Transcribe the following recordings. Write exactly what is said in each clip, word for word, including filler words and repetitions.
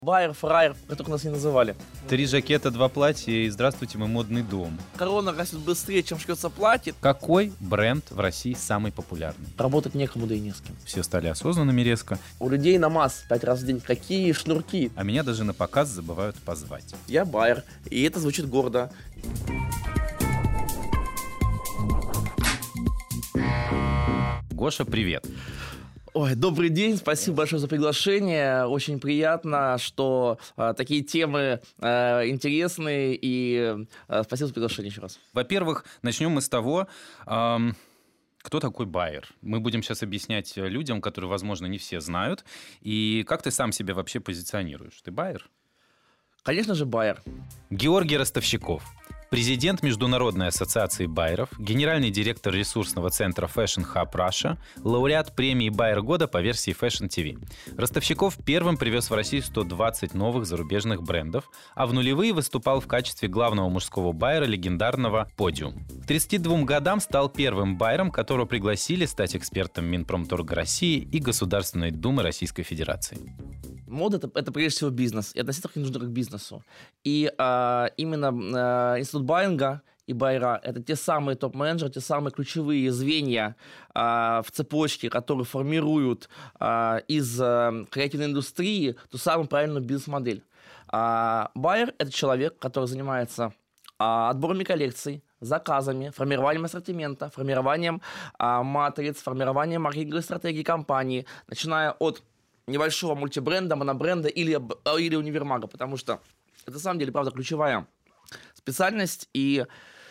Байер, фраер, как нас не называли. Три жакета, два платья и здравствуйте, мы модный дом. Корона растет быстрее, чем шьется платье. Какой бренд в России самый популярный? Работать некому, да и не с кем. Все стали осознанными резко. У людей намаз пять раз в день. Какие шнурки. А меня даже на показ забывают позвать. Я байер, и это звучит гордо. Гоша, привет. Ой, добрый день, спасибо большое за приглашение. Очень приятно, что э, такие темы э, интересные, и э, спасибо за приглашение еще раз. Во-первых, начнем мы с того, эм, кто такой байер. Мы будем сейчас объяснять людям, которые, возможно, не все знают. И как ты сам себя вообще позиционируешь? Ты байер? Конечно же, байер. Георгий Ростовщиков. Президент Международной ассоциации байеров, генеральный директор ресурсного центра Fashion Hub Russia, лауреат премии «Байер года» по версии Fashion ти ви. Ростовщиков первым привез в Россию сто двадцать новых зарубежных брендов, а в нулевые выступал в качестве главного мужского байера легендарного «Подиум». К тридцати двум годам стал первым байером, которого пригласили стать экспертом Минпромторга России и Государственной Думы Российской Федерации. Мода это, это прежде всего бизнес, и относиться к ней нужно как к бизнесу. И а, именно а, институт Боинга и байера – это те самые топ-менеджеры, те самые ключевые звенья а, в цепочке, которые формируют а, из а, креативной индустрии ту самую правильную бизнес-модель. А, байер – это человек, который занимается а, отборами коллекций, заказами, формированием ассортимента, формированием а, матриц, формированием маркетинговой стратегии компании, начиная от небольшого мультибренда, монобренда или, или универмага, потому что это, на самом деле, правда, ключевая специальность, и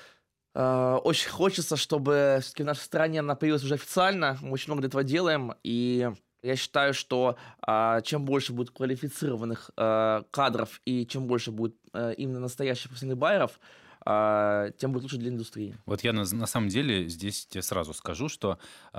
э, очень хочется, чтобы все-таки в нашей стране она появилась уже официально, мы очень много для этого делаем, и я считаю, что э, чем больше будет квалифицированных э, кадров и чем больше будет э, именно настоящих профессиональных байеров, э, тем будет лучше для индустрии. Вот я на, на самом деле здесь тебе сразу скажу, что э,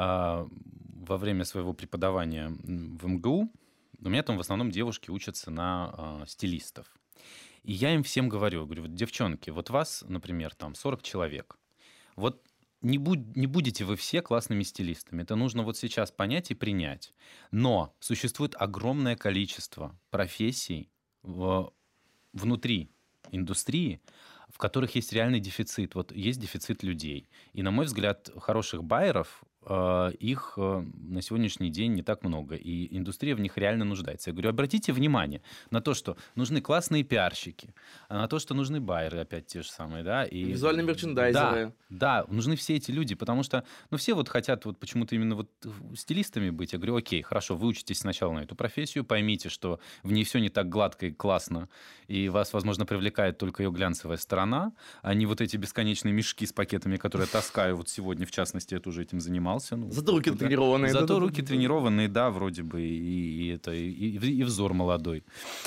во время своего преподавания в эм гэ у у меня там в основном девушки учатся на э, стилистов. И я им всем говорю, говорю, вот, девчонки, вот вас, например, там сорок человек, вот не, будь, не будете вы все классными стилистами, это нужно вот сейчас понять и принять. Но существует огромное количество профессий в, внутри индустрии, в которых есть реальный дефицит. Вот есть дефицит людей. И, на мой взгляд, хороших байеров, э, их э, на сегодняшний день не так много. И индустрия в них реально нуждается. Я говорю, обратите внимание на то, что нужны классные пиарщики, а на то, что нужны байеры, опять те же самые. Да? И, визуальные мерчендайзеры. Да, да, нужны все эти люди, потому что ну, все вот хотят вот почему-то именно вот стилистами быть. Я говорю, окей, хорошо, вы учитесь сначала на эту профессию, поймите, что в ней все не так гладко и классно, и вас, возможно, привлекает только ее глянцевая сторона, а не вот эти бесконечные мешки с пакетами, которые я таскаю. Вот сегодня, в частности, я тоже этим занимался. Ну, Зато руки да. тренированные. Зато да, руки да, тренированные, да, вроде бы, и, и, это, и, и взор молодой.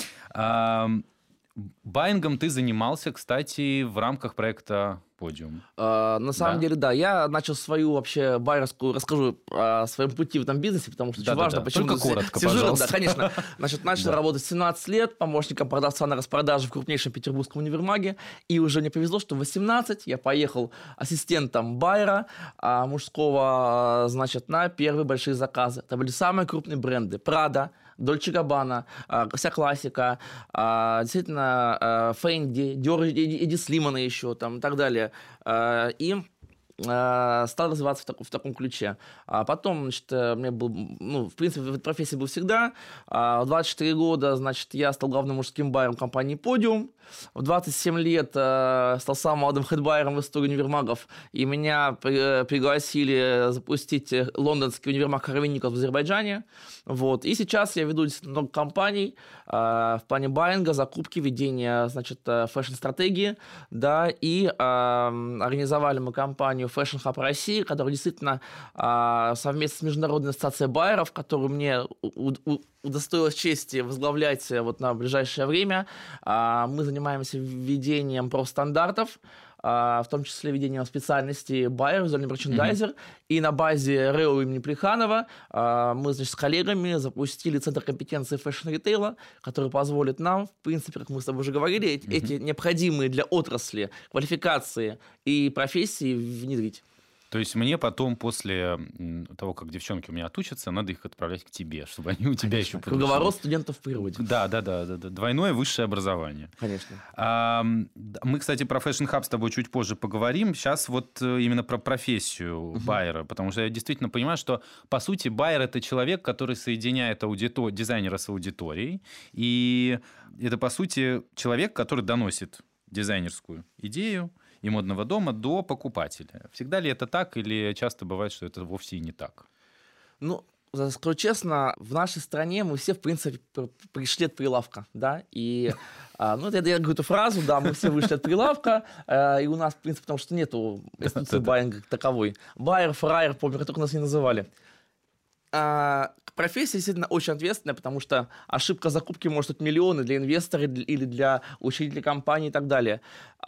А, байингом ты занимался, кстати, в рамках проекта «Подиум». Uh, на самом да? деле, да. Я начал свою вообще байерскую, расскажу о своем пути в этом бизнесе, потому что да, очень да, важно, да. почему... Только коротко, сижу, пожалуйста. Да, конечно. Значит, начал да. работать в семнадцать лет, помощником продавца на распродаже в крупнейшем петербургском универмаге, и уже мне повезло, что в восемнадцать я поехал ассистентом байера а, мужского, значит, на первые большие заказы. Это были самые крупные бренды. Prada, Dolce Gabbana, а, вся классика, а, действительно, а, Fendi, Dior, Эдди Слимана еще, там, и так далее. И стал развиваться в, так, в таком ключе. А потом, значит, мне был, ну, в принципе, в этой профессии был всегда. В двадцать четыре года, значит, я стал главным мужским байером компании «Подиум». В двадцать семь лет стал самым молодым хедбайером в истории универмагов, и меня пригласили запустить лондонский универмаг Коровинников в Азербайджане. Вот. И сейчас я веду много компаний в плане байинга, закупки, ведения, значит, фэшн-стратегии, да, и организовали мы компанию Fashion Hub России, которая действительно а, совместно с Международной ассоциацией байеров, которую мне у, у, удостоилась чести возглавлять вот на ближайшее время. А, мы занимаемся введением профстандартов, а, в том числе введением специальности байер, визуальный мерчендайзер. Mm-hmm. И на базе РЭО имени Плеханова а, мы, значит, с коллегами запустили Центр компетенции фэшн-ритейла, который позволит нам, в принципе, как мы с тобой уже говорили, mm-hmm. эти необходимые для отрасли квалификации и профессии внедрить. То есть мне потом, после того, как девчонки у меня отучатся, надо их отправлять к тебе, чтобы они у тебя Конечно. еще подучились. Круговорот студентов в природе. Да, да, да, да, да. Двойное высшее образование. Конечно. А, мы, кстати, про Fashion Hub с тобой чуть позже поговорим. Сейчас вот именно про профессию uh-huh. байера, потому что я действительно понимаю, что, по сути, байер – это человек, который соединяет аудитор... дизайнера с аудиторией, и это, по сути, человек, который доносит дизайнерскую идею и модного дома до покупателя. Всегда ли это так, или часто бывает, что это вовсе и не так? Ну, скажу честно, в нашей стране мы все, в принципе, пришли от прилавка, да, и, ну, это я говорю эту фразу, да, мы все вышли от прилавка, и у нас, в принципе, потому что нету институции байинга как таковой. Байер, фраер, помню, как только нас не называли. Профессия действительно очень ответственная, потому что ошибка закупки может быть миллионы для инвестора или для учредителей компании и так далее.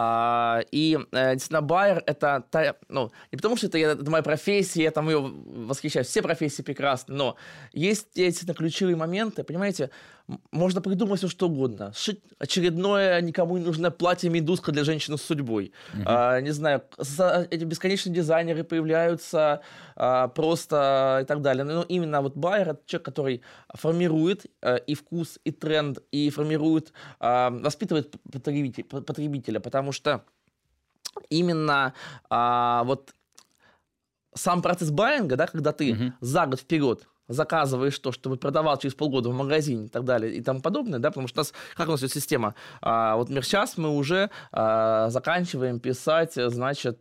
И действительно байер это та, ну, не потому что это, это моя профессия, я там ее восхищаюсь, все профессии прекрасны, но есть действительно ключевые моменты, понимаете, можно придумать все что угодно, сшить очередное никому не нужное платье-медузка для женщины с судьбой, uh-huh. а, не знаю, эти бесконечные дизайнеры появляются а, просто и так далее, но именно вот байер это человек, который формирует а, и вкус, и тренд, и формирует, а, воспитывает потребителя, потребителя, потому что именно а, вот сам процесс байинга, да, когда ты uh-huh. за год вперед заказываешь то, чтобы продавал через полгода в магазине и так далее и тому подобное, да, потому что у нас, как у нас идет система, а, вот сейчас мы уже а, заканчиваем писать, значит,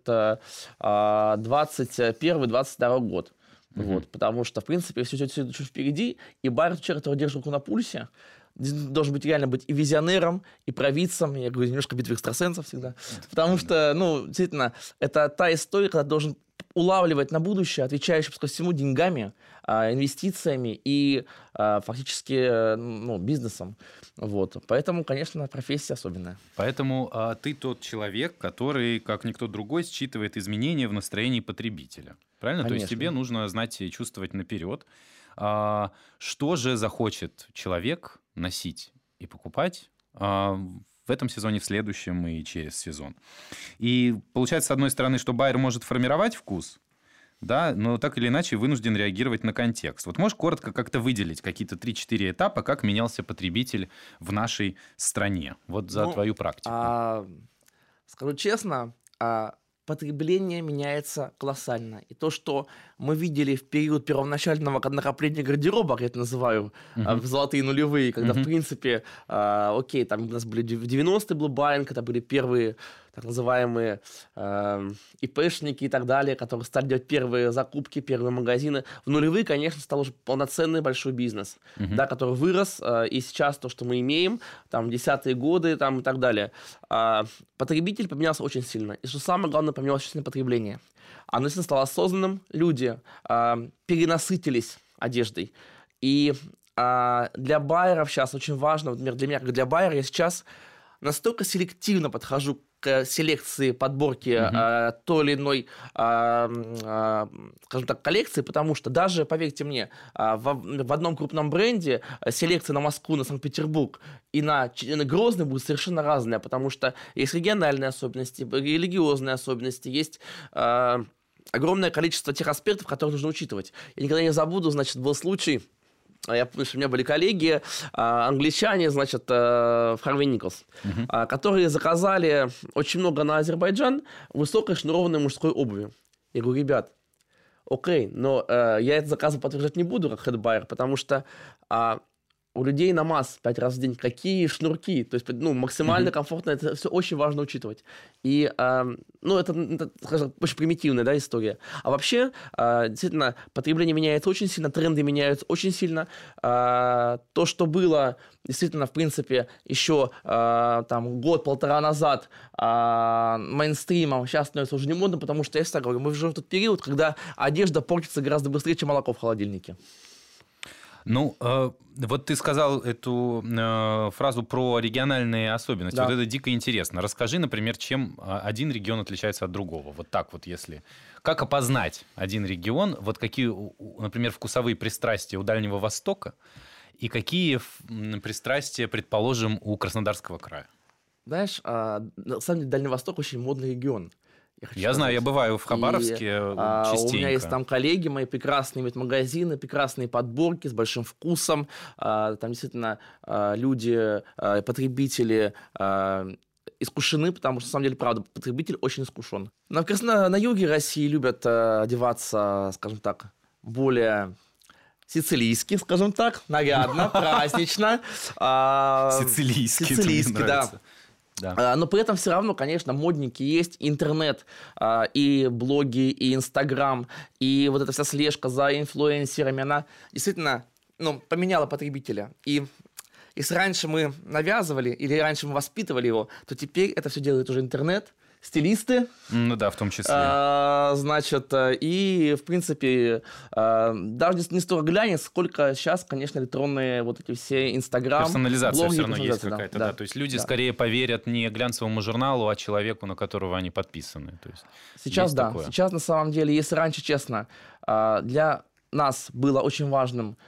двадцать первый двадцать второй год, mm-hmm. вот, потому что, в принципе, все идет чуть впереди, и байер, человек, который держит руку на пульсе, должен быть реально быть и визионером, и провидцем, я говорю, немножко битвы экстрасенсов всегда, потому что, ну, действительно, это та история, когда должен улавливать на будущее, отвечающий, пускай всему, деньгами, инвестициями и фактически, ну, бизнесом. Вот. Поэтому, конечно, профессия особенная. Поэтому а, ты тот человек, который, как никто другой, считывает изменения в настроении потребителя. Правильно? Конечно. То есть тебе нужно знать и чувствовать наперед, а, что же захочет человек носить и покупать а, в этом сезоне, в следующем и через сезон. И получается, с одной стороны, что байер может формировать вкус, да, но так или иначе вынужден реагировать на контекст. Вот можешь коротко как-то выделить какие-то три-четыре этапа, как менялся потребитель в нашей стране? Вот за ну, твою практику. А, скажу честно, а, потребление меняется колоссально. И то, что мы видели в период первоначального накопления гардероба, как я это называю, uh-huh. в золотые нулевые, когда, uh-huh. в принципе, э, окей, там у нас были в девяностые был байинг, это были первые так называемые э, ИПшники и так далее, которые стали делать первые закупки, первые магазины. В нулевые, конечно, стал уже полноценный большой бизнес, uh-huh. да, который вырос, э, и сейчас то, что мы имеем, там, десятые годы там, и так далее. Э, потребитель поменялся очень сильно. И что самое главное, поменялось очень сильно потребление. Оно действительно стало осознанным, люди э, перенасытились одеждой. И э, для байеров сейчас очень важно, например, для меня, как для байера, я сейчас настолько селективно подхожу к селекции, подборки uh-huh. э, той или иной, э, э, скажем так, коллекции, потому что даже, поверьте мне, э, в, в одном крупном бренде селекция на Москву, на Санкт-Петербург и на, на Грозный будет совершенно разная, потому что есть региональные особенности, религиозные особенности, есть э, огромное количество тех аспектов, которые нужно учитывать. Я никогда не забуду, значит, был случай. Я помню, что у меня были коллеги, англичане, значит, в Harvey Nichols, uh-huh. которые заказали очень много на Азербайджан высокой шнурованной мужской обуви. Я говорю, ребят, окей, но я этот заказ подтверждать не буду, как хедбайер, потому что у людей намаз пять раз в день, какие шнурки, то есть, ну, максимально mm-hmm. комфортно, это все очень важно учитывать. И, э, ну, это, это, скажем, очень примитивная, да, история. А вообще, э, действительно, потребление меняется очень сильно, тренды меняются очень сильно. Э, то, что было, действительно, в принципе, еще э, там год-полтора назад э, мейнстримом, сейчас становится уже не модно, потому что, я всегда говорю, мы живем в тот период, когда одежда портится гораздо быстрее, чем молоко в холодильнике. Ну, э, вот ты сказал эту э, фразу про региональные особенности. Да. Вот это дико интересно. Расскажи, например, чем один регион отличается от другого. Вот так вот, если... Как опознать один регион? Вот какие, например, вкусовые пристрастия у Дальнего Востока и какие пристрастия, предположим, у Краснодарского края? Знаешь, на самом деле Дальний Восток очень модный регион. Я, я знаю, я бываю в Хабаровске и, частенько. У меня есть там коллеги мои, прекрасные имеют магазины, прекрасные подборки с большим вкусом. Там действительно люди, потребители искушены, потому что, на самом деле, правда, потребитель очень искушен. На, на, на юге России любят одеваться, скажем так, более... сицилийский, скажем так, нарядно, празднично. Сицилийский, Сицилийский, да. Да. Но при этом все равно, конечно, модники есть, интернет, и блоги, и Инстаграм, и вот эта вся слежка за инфлюенсерами, она действительно ну, поменяла потребителя. И если раньше мы навязывали или раньше мы воспитывали его, то теперь это все делает уже интернет, стилисты. Ну да, в том числе. А, значит, и, в принципе, а, даже не столько глянец, сколько сейчас, конечно, электронные вот эти все Инстаграм, персонализация блоги, все равно есть да, какая-то, да, да. То есть люди да. скорее поверят не глянцевому журналу, а человеку, на которого они подписаны. То есть сейчас, да. Такое. Сейчас, на самом деле, если раньше, честно, для нас было очень важным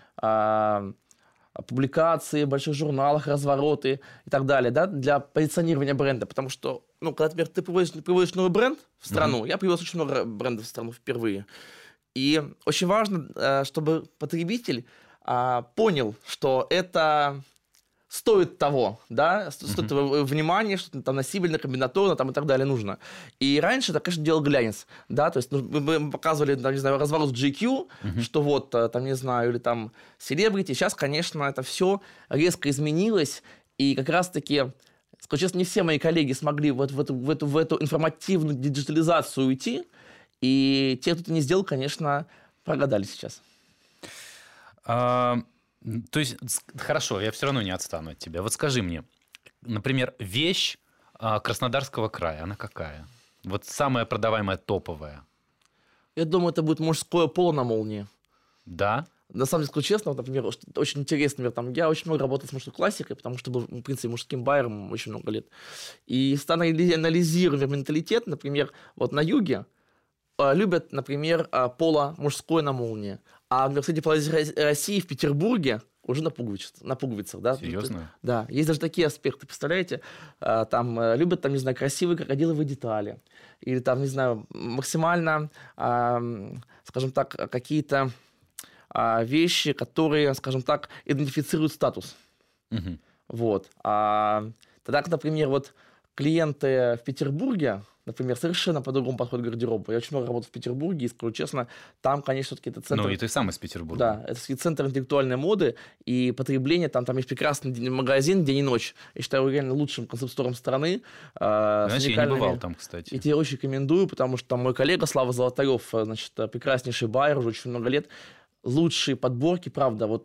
публикации в больших журналах, развороты и так далее, да, для позиционирования бренда, потому что, ну, когда, например, ты приводишь, приводишь новый бренд в страну, mm-hmm. я привез очень много брендов в страну впервые, и очень важно, чтобы потребитель понял, что это стоит того, да, стоит mm-hmm. внимания, что там носибельно, комбинаторно там, и так далее нужно. И раньше это, конечно, делал глянец, да, то есть ну, мы показывали, там, не знаю, разворот джи кью, mm-hmm. что вот, там, не знаю, или там Celebrity. Сейчас, конечно, это все резко изменилось, и как раз-таки, скажу честно, не все мои коллеги смогли вот в эту, в эту, в эту информативную диджитализацию уйти, и те, кто это не сделал, конечно, прогадали сейчас. А... То есть, хорошо, я все равно не отстану от тебя. Вот скажи мне, например, вещь а, Краснодарского края, она какая? Вот самая продаваемая, топовая. Я думаю, это будет мужское поло на молнии. Да? На самом деле, скажу честно, вот, например, очень интересно, например, там, я очень много работал с мужской классикой, потому что был, в принципе, мужским байером очень много лет. И анализируя менталитет, например, вот на юге любят, например, поло мужское на молнии. А в университете России в Петербурге уже на пуговицах. На пуговицах, да? Серьезно? Да. Есть даже такие аспекты, представляете? Там любят, там, не знаю, красивые крокодиловые детали. Или там, не знаю, максимально, скажем так, какие-то вещи, которые, скажем так, идентифицируют статус. Угу. Вот. А тогда, например, вот клиенты в Петербурге, например, совершенно по-другому подходит к гардеробу. Я очень много работал в Петербурге, и скажу честно, там, конечно, все-таки это центр... Ну, и ты сам из Петербурга. Да, это центр интеллектуальной моды и потребления. Там, там есть прекрасный магазин «День и ночь». Я считаю его реально лучшим концепт-стором страны. Знаешь, я не бывал там, кстати. И тебе очень рекомендую, потому что там мой коллега Слава Золотарев, значит, прекраснейший байер, уже очень много лет. Лучшие подборки, правда, вот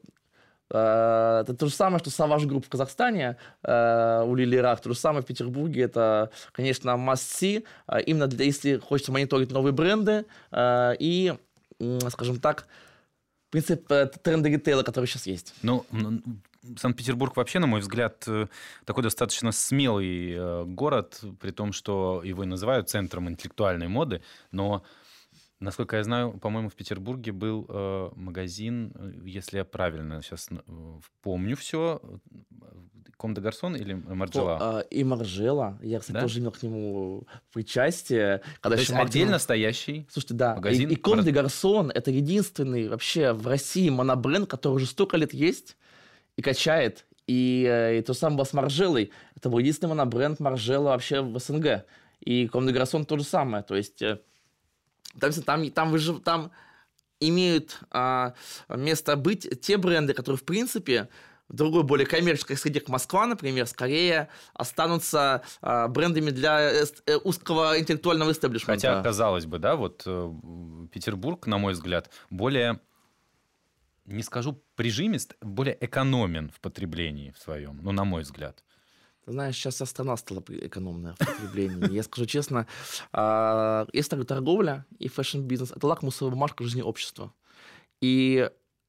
это то же самое, что Savage Group в Казахстане у Лили Рах, то же самое в Петербурге. Это, конечно, must-see, именно для, если хочется мониторить новые бренды и, скажем так, в принципе, тренды ритейла, которые сейчас есть. Ну, Санкт-Петербург вообще, на мой взгляд, такой достаточно смелый город, при том, что его и называют центром интеллектуальной моды, но... Насколько я знаю, по-моему, в Петербурге был э, магазин, если я правильно сейчас э, помню все, Ком де Гарсон или Марджела? О, э, и Марджела. Я, кстати, да? тоже имел к нему причастие. Когда То есть Мартин... отдельно стоящий Слушайте, да. магазин? И, и Ком де Гарсон – это единственный вообще в России монобренд, который уже столько лет есть и качает. И, и то самое было с Марджелой. Это был единственный монобренд Марджела вообще в СНГ. И Ком де Гарсон то же самое. То есть... Там, там, там, выжив, там имеют а, место быть те бренды, которые, в принципе, в другой, более коммерческой среде, как Москва, например, скорее останутся а, брендами для э, узкого интеллектуального истеблишмента. Хотя, казалось бы, да, вот э, Петербург, на мой взгляд, более, не скажу прижимист, более экономен в потреблении в своем, ну, на мой взгляд. Знаешь, сейчас вся страна стала экономная в потреблении. Я скажу честно, есть такая торговля и фэшн-бизнес. Это лакмусовая бумажка жизни общества. И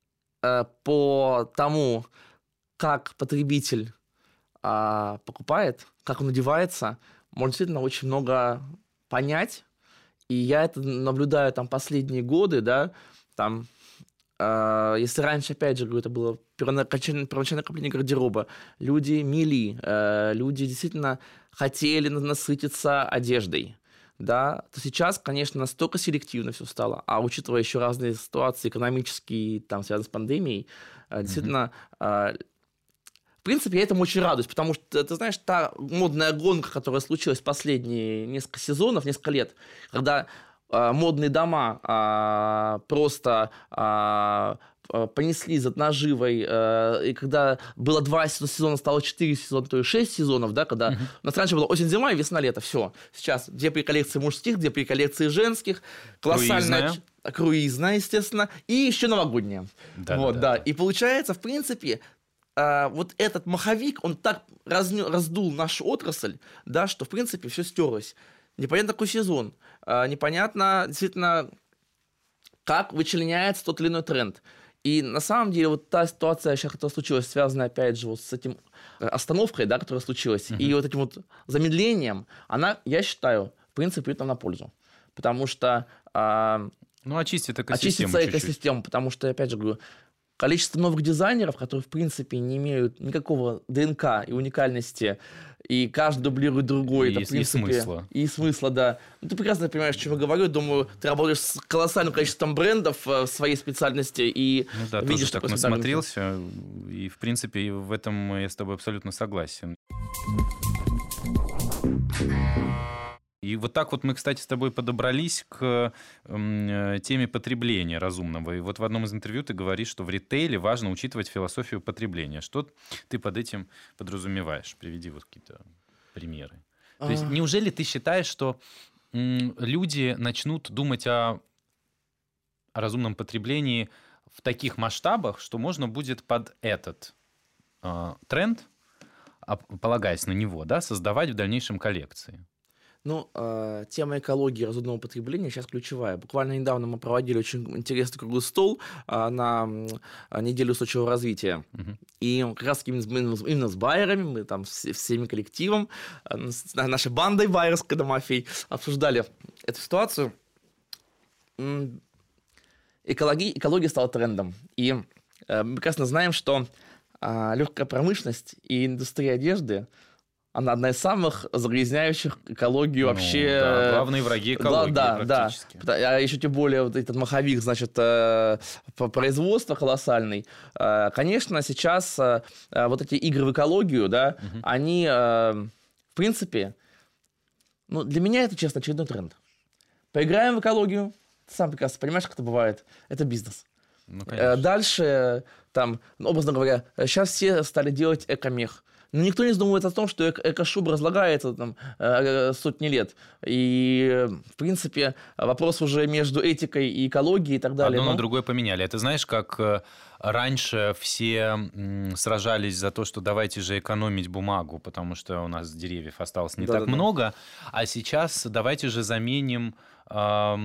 по тому, как потребитель покупает, как он одевается, можно действительно очень много понять. И я это наблюдаю там последние годы, да, там... Если раньше, опять же, это было первоначальное накопление гардероба, люди мели, люди действительно хотели насытиться одеждой, да, то сейчас, конечно, настолько селективно все стало, а учитывая еще разные ситуации экономические, там, связанные с пандемией, э, действительно, э, в принципе, я этому очень радуюсь, потому что, ты знаешь, та модная гонка, которая случилась последние несколько сезонов, несколько лет, когда э, модные дома э, просто э, понесли за наживой, э, и когда было два сезона, стало четыре сезона, то есть шесть сезонов, да, когда uh-huh. у нас раньше было осень-зима и весна-лето, все. Сейчас две коллекции мужских, две коллекции женских, колоссальная... Круизная. Круизная, естественно, и еще новогодняя. Да, вот, да, да. да. И получается, в принципе, э, вот этот маховик, он так разня... раздул нашу отрасль, да, что, в принципе, все стерлось. Непонятно, какой сезон. Э, непонятно, действительно, как вычленяется тот или иной тренд. И на самом деле вот та ситуация, сейчас, которая случилась, связанная, опять же, вот с этим остановкой, да, которая случилась, uh-huh. и вот этим вот замедлением, она, я считаю, в принципе, идет нам на пользу. Потому что... Э, ну, очистит экосистему очистится чуть-чуть. экосистему, потому что, опять же, говорю, количество новых дизайнеров, которые, в принципе, не имеют никакого ДНК и уникальности, и каждый дублирует другой. И, это, в принципе, и смысла. И смысла, да. Ну, ты прекрасно понимаешь, о чем я говорю. Думаю, ты работаешь с колоссальным количеством брендов в своей специальности и ну, да, видишь, тоже так насмотрелся. И, в принципе, в этом я с тобой абсолютно согласен. И вот так вот мы, кстати, с тобой подобрались к э, теме потребления разумного. И вот в одном из интервью ты говоришь, что в ритейле важно учитывать философию потребления. Что ты под этим подразумеваешь? Приведи вот какие-то примеры. То есть неужели ты считаешь, что м, люди начнут думать о, о разумном потреблении в таких масштабах, что можно будет под этот э, тренд, полагаясь на него, да, создавать в дальнейшем коллекции? Ну, э, тема экологии и разумного потребления сейчас ключевая. Буквально недавно мы проводили очень интересный круглый стол э, на э, неделю устойчивого развития. Uh-huh. И как раз именно, именно с байерами, мы там с, всеми коллективом, э, с нашей бандой байерской домофей обсуждали эту ситуацию. Экология, экология стала трендом. И э, мы прекрасно знаем, что э, легкая промышленность и индустрия одежды, она одна из самых загрязняющих экологию ну, вообще. Да, главные враги экологии да, практически. Да, а еще тем более вот этот маховик, значит, производства колоссальный. Конечно, сейчас вот эти игры в экологию, да, угу. они, в принципе, ну, для меня это, честно, очередной тренд. Поиграем в экологию, ты сам прекрасно понимаешь, как это бывает, это бизнес. Ну, дальше, там, образно говоря, сейчас все стали делать экомех. Но никто не задумывается о том, что эко- экошуба разлагается там, э, сотни лет. И, в принципе, вопрос уже между этикой и экологией и так далее. Одно но... на другое поменяли. Это знаешь, как раньше все сражались за то, что давайте же экономить бумагу, потому что у нас деревьев осталось не да, так да, много, да. А сейчас давайте же заменим э,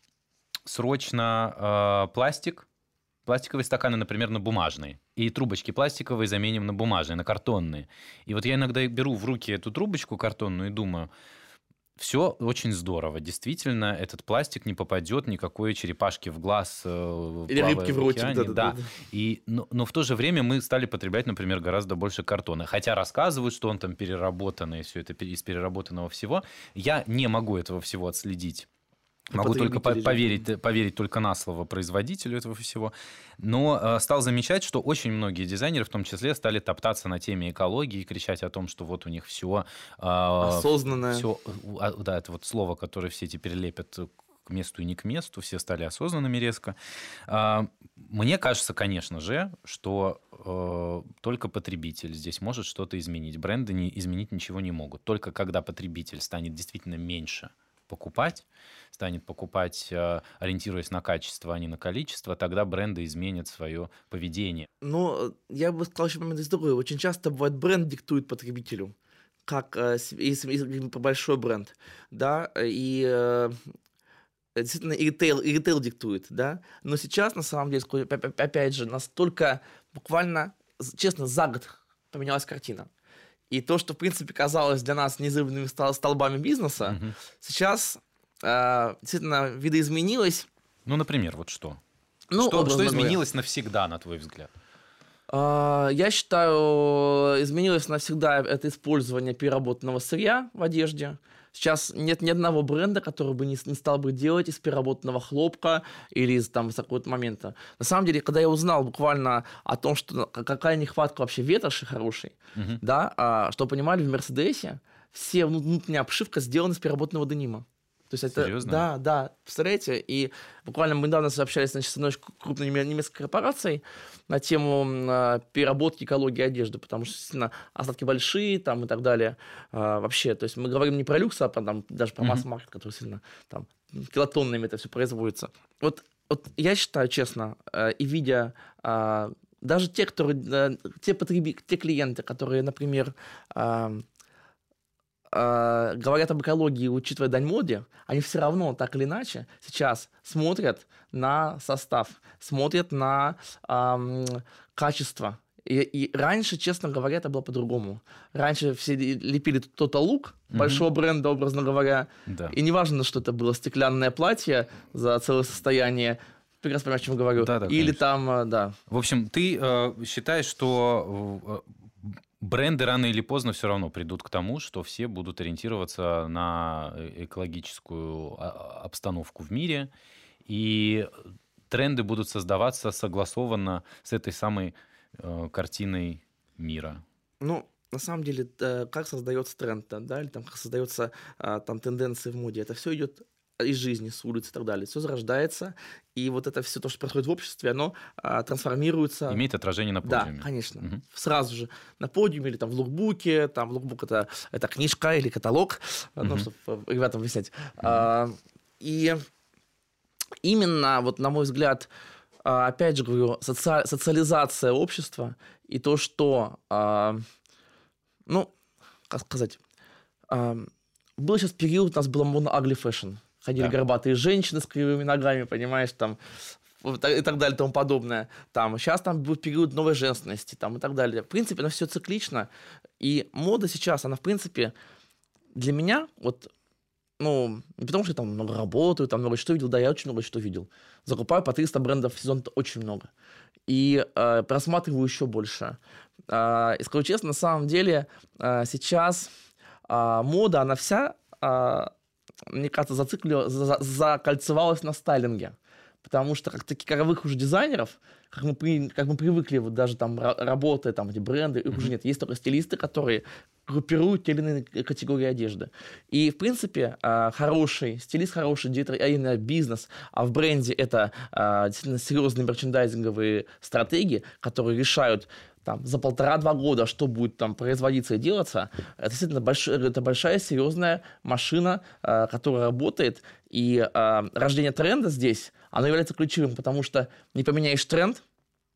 срочно э, пластик, пластиковые стаканы, например, на бумажные. И трубочки пластиковые заменим на бумажные, на картонные. И вот я иногда беру в руки эту трубочку картонную и думаю, все очень здорово. Действительно, этот пластик не попадет никакой черепашки в глаз. Или рыбки в ротик. Да, да, да. Да. И, но, но в то же время мы стали потреблять, например, гораздо больше картона. Хотя рассказывают, что он там переработанный, все это из переработанного всего. Я не могу этого всего отследить. Могу только поверить, поверить только на слово производителю этого всего. Но э, стал замечать, что очень многие дизайнеры, в том числе, стали топтаться на теме экологии и кричать о том, что вот у них все... Э, осознанное. Все, э, да, это вот слово, которое все теперь лепят к месту и не к месту. Все стали осознанными резко. Э, мне кажется, конечно же, что э, только потребитель здесь может что-то изменить. Бренды не, изменить ничего не могут. Только когда потребитель станет действительно меньше покупать, станет покупать, ориентируясь на качество, а не на количество, тогда бренды изменят свое поведение. Ну, я бы сказал еще момент из другой. Очень часто бывает, бренд диктует потребителю, как если большой бренд, да, и действительно и ритейл, и ритейл диктует, да, но сейчас, на самом деле, опять же, настолько буквально, честно, за год поменялась картина. И то, что, в принципе, казалось для нас незыблемыми столбами бизнеса, угу. сейчас э, действительно видоизменилось. Ну, например, вот что? Ну, что, что изменилось изменилось навсегда, на твой взгляд? Я считаю, изменилось навсегда это использование переработанного сырья в одежде. Сейчас нет ни одного бренда, который бы не, не стал бы делать из переработанного хлопка или из, там, из какого-то момента. На самом деле, когда я узнал буквально о том, что какая нехватка вообще ветоши хорошей, uh-huh. да, а, чтобы понимали, в Мерседесе все внутренняя обшивка сделана из переработанного денима. То есть это, серьезно? Да, да, представляете, и буквально мы недавно сообщались, значит, с одной крупной немецкой корпорацией на тему э, переработки экологии одежды, потому что, действительно, остатки большие там и так далее. Э, вообще, то есть мы говорим не про люкс, а про, там, даже про mm-hmm. масс-маркет, который сильно там килотоннами это все производится. Вот, вот я считаю, честно, э, и видя э, даже те, которые, э, те, потреби, те клиенты, которые, например, э, говорят об экологии, учитывая дань моде, они все равно так или иначе сейчас смотрят на состав, смотрят на эм, качество. И, и раньше, честно говоря, это было по-другому. Раньше все лепили Total Look mm-hmm. большого бренда, образно говоря, да. И неважно, что это было стеклянное платье за целое состояние, прекрасно понимаешь, о чем говорю, да, да, или конечно. там, да. В общем, ты э, считаешь, что... Э, бренды рано или поздно все равно придут к тому, что все будут ориентироваться на экологическую обстановку в мире, и тренды будут создаваться согласованно с этой самой э, картиной мира. Ну, на самом деле, как создается тренд, да, или там, как создается там, тенденции в моде, это все идет из жизни, с улицы и так далее. Все зарождается, и вот это все то, что происходит в обществе, оно а, трансформируется. Имеет отражение на подиуме. Да, конечно. Угу. Сразу же на подиуме или там в лукбуке. Там лукбук это, — это книжка или каталог, угу. ну, чтобы ребятам объяснять. Угу. А, и именно, вот, на мой взгляд, опять же говорю, соци... социализация общества и то, что, а, ну, как сказать, а, был сейчас период, у нас было модно ugly fashion. Ходили да. горбатые женщины с кривыми ногами, понимаешь, там, и так далее, и тому подобное. Там, сейчас там будет период новой женственности, там, и так далее. В принципе, оно все циклично. И мода сейчас, она, в принципе, для меня, вот, ну, не потому что я там много работаю, там много что видел, да, я очень много что видел. Закупаю по триста брендов в сезон, это очень много. И э, просматриваю еще больше. Э, и скажу честно, на самом деле, э, сейчас э, мода, она вся... Э, мне кажется, зациклила, за, закольцевалась на стайлинге. Потому что как таковых уже дизайнеров, как мы, при, как мы привыкли, вот даже там работая, там эти бренды, их mm-hmm. уже нет. Есть только стилисты, которые группируют те или иные категории одежды. И, в принципе, хороший стилист, хороший директор, а именно бизнес, а в бренде это действительно серьезные мерчендайзинговые стратегии, которые решают там, за полтора-два года, что будет там производиться и делаться, это действительно больш... это большая серьезная машина, э, которая работает, и э, рождение тренда здесь, оно является ключевым, потому что не поменяешь тренд,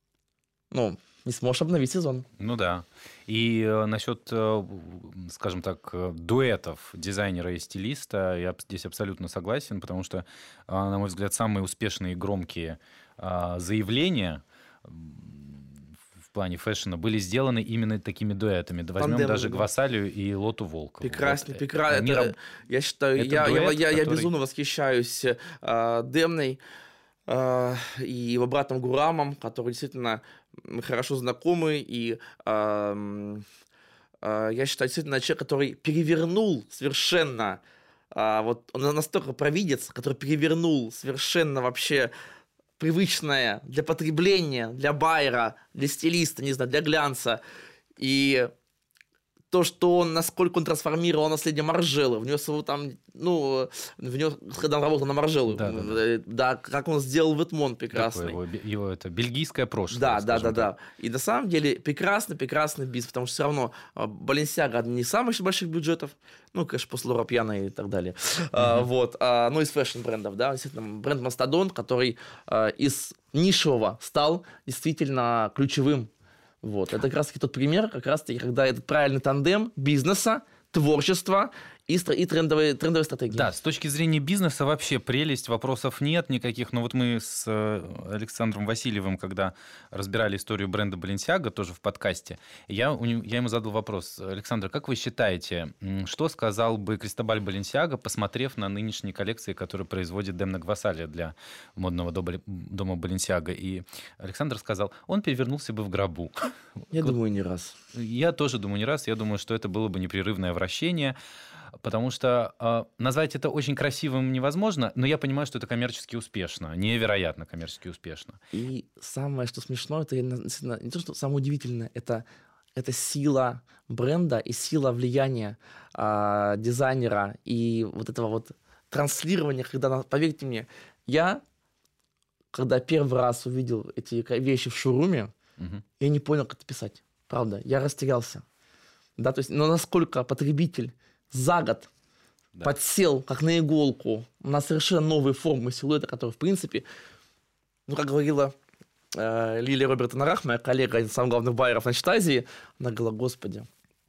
ну, не сможешь обновить сезон. Ну да. И э, насчет, э, скажем так, дуэтов дизайнера и стилиста я здесь абсолютно согласен, потому что, э, на мой взгляд, самые успешные и громкие э, заявления в плане фэшена были сделаны именно такими дуэтами. Да возьмем Тандем, даже да. Гвасалию и Лоту Волкову. Прекрасно, вот. прекрасно. Это, я считаю, это я, дуэт, я, я, который... я безумно восхищаюсь э, Демной э, и его братом Гурамом, которые действительно хорошо знакомы. И э, э, я считаю, действительно, человек, который перевернул совершенно, э, вот он настолько провидец, который перевернул совершенно вообще привычное для потребления, для байера, для стилиста, не знаю, для глянца. И то, что он, насколько он трансформировал наследие Маржелы, внес его там, ну, внес, когда он работал на Маржелу, да, да, да. да, как он сделал Витмон прекрасный. Его, его это бельгийское прошлое. Да, да, да, да. И на самом деле прекрасный, прекрасный бизнес, потому что все равно Balenciaga не самых больших бюджетов, ну, конечно, после Лора Пьяна и так далее. Mm-hmm. А, вот, а, но из фэшн-брендов, да, действительно, бренд Мастодон, который а, из нишевого стал действительно ключевым. Вот. Это как раз-таки тот пример, как раз-таки, когда этот правильный тандем бизнеса, творчества И, стра- и трендовые, трендовые стратегии. Да, с точки зрения бизнеса вообще прелесть, вопросов нет никаких. Но вот мы с э, Александром Васильевым, когда разбирали историю бренда Balenciaga, тоже в подкасте, я, у него, я ему задал вопрос: Александр, как вы считаете, что сказал бы Кристобаль Баленсиага, посмотрев на нынешние коллекции, которые производит Демна Гвасалия для модного дома Balenciaga? И Александр сказал, он перевернулся бы в гробу. Я вот, думаю, не раз. Я тоже думаю, не раз. Я думаю, что это было бы непрерывное вращение. Потому что э, назвать это очень красивым невозможно, но я понимаю, что это коммерчески успешно, невероятно коммерчески успешно. И самое, что смешно, это не то, что самое удивительное, это, это сила бренда и сила влияния э, дизайнера и вот этого вот транслирования, когда, поверьте мне, я, когда первый раз увидел эти вещи в шоуруме, угу. я не понял, как это писать, правда, я растерялся. Да, то есть, но насколько потребитель за год да. подсел, как на иголку, на совершенно новые формы силуэта, которые, в принципе, ну, как говорила э, Лилия Робертовна Рах, моя коллега, один из самых главных байеров на Азии, она говорила, господи,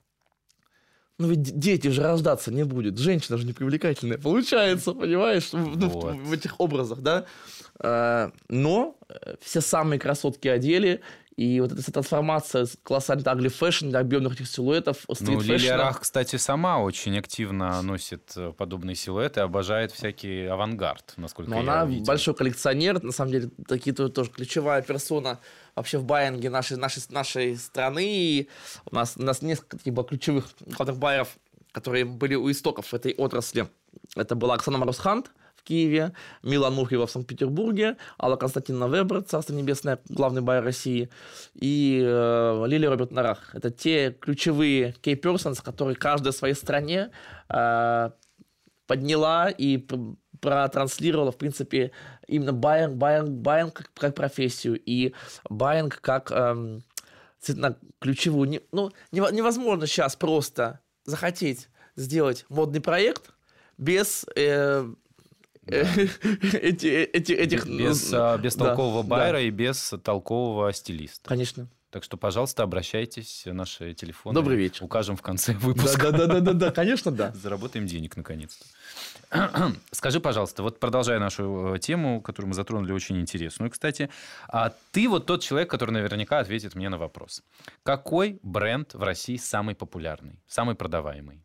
ну ведь дети же рождаться не будет, женщина же не привлекательная, получается, понимаешь, ну, вот. в, в этих образах, да, э, но все самые красотки одели. И вот эта трансформация колоссальной ugly fashion для объемных этих силуэтов, стрит-фэшна. Ну, Лилия Рах, кстати, сама очень активно носит подобные силуэты, обожает всякий авангард, насколько Но я она видел. Большой коллекционер, на самом деле, такие тоже ключевая персона вообще в байинге нашей, нашей, нашей страны. И у нас, у нас несколько типа, ключевых главных байеров, которые были у истоков этой отрасли. Это была Оксана Мороз-Хант в Киеве, Мила Нухева в Санкт-Петербурге, Алла Константиновна Вебер, Царство Небесное, главный байер России, и э, Лилия Робертовна Рах. Это те ключевые key persons, которые каждая в своей стране э, подняла и протранслировала, в принципе, именно байинг, байинг, байинг как, как профессию и байинг как э, ключевую. Не, ну, невозможно сейчас просто захотеть сделать модный проект без... Э, Да. эти, эти, этих... Без, без да, толкового байера да. и без толкового стилиста. Конечно. Так что, пожалуйста, обращайтесь, наши телефоны. Добрый вечер. Укажем в конце выпуска. Да, да, да, да, да, конечно, да. Заработаем денег, наконец-то. Скажи, пожалуйста, вот продолжая нашу тему, которую мы затронули, очень интересную, кстати, а ты вот тот человек, который наверняка ответит мне на вопрос. Какой бренд в России самый популярный, самый продаваемый?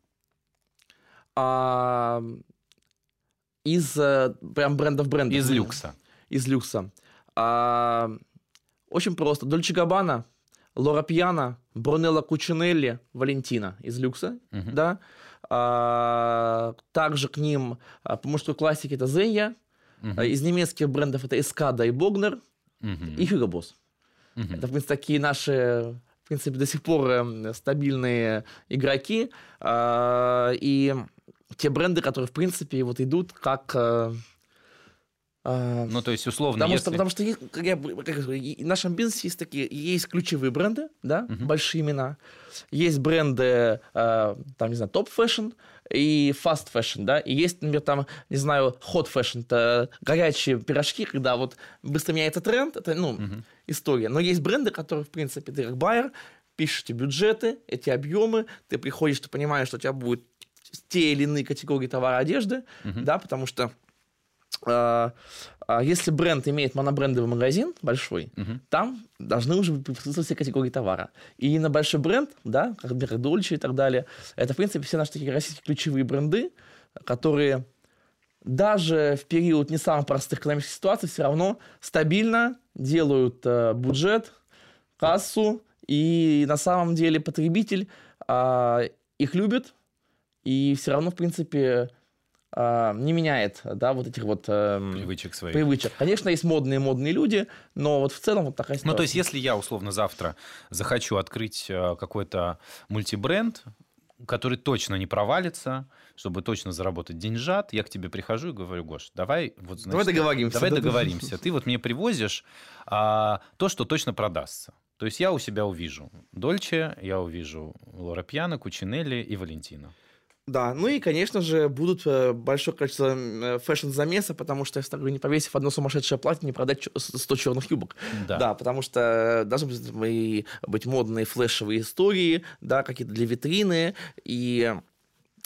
А... Из прям брендов брендов. Из люкса. Из люкса. А, очень просто. Дольче Габбана, Лора Пьяна, Брунелло Кучинелли, Валентина из люкса. Uh-huh. Да. А, также к ним по мужской классике это Зенья. Uh-huh. Из немецких брендов это Эскада и Богнер. Uh-huh. И Hugo Boss. Uh-huh. Это, в принципе, такие наши, в принципе, до сих пор стабильные игроки. А, и... те бренды, которые, в принципе, вот идут как... Э, э, ну, то есть, условно, потому если... Что, потому что есть, как я, как я говорю, в нашем бизнесе есть такие... Есть ключевые бренды, да, uh-huh. большие имена. Есть бренды, э, там, не знаю, топ-фэшн и фаст-фэшн, да. И есть, например, там, не знаю, хот-фэшн. Это горячие пирожки, когда вот быстро меняется тренд. Это, ну, uh-huh. история. Но есть бренды, которые, в принципе, ты как байер, пишете бюджеты, эти объемы, ты приходишь, ты понимаешь, что у тебя будет те или иные категории товара одежды, uh-huh. да, потому что э, э, если бренд имеет монобрендовый магазин большой, uh-huh. там должны уже присутствовать все категории товара. И на большой бренд, да, как, например, Dolce и так далее, это, в принципе, все наши такие российские ключевые бренды, которые даже в период не самых простых экономических ситуаций все равно стабильно делают э, бюджет, кассу, и на самом деле потребитель э, их любит, и все равно, в принципе, не меняет, да, вот этих вот привычек своих. Привычек. Конечно, есть модные модные люди, но вот в целом вот такая ситуация. Ну, то есть, если я, условно, завтра захочу открыть какой-то мультибренд, который точно не провалится, чтобы точно заработать деньжат, я к тебе прихожу и говорю: Гош, давай, вот, значит, давай договоримся. Давай да, договоримся. Да. Ты вот мне привозишь а, то, что точно продастся. То есть я у себя увижу Дольче, я увижу Лора Пьяна, Кучинелли и Валентина. Да, ну и, конечно же, будут большое количество фэшн-замеса, потому что, если не повесив одно сумасшедшее платье, не продать сто черных юбок. Да. Да, потому что должны быть модные флешевые истории, да, какие-то для витрины, и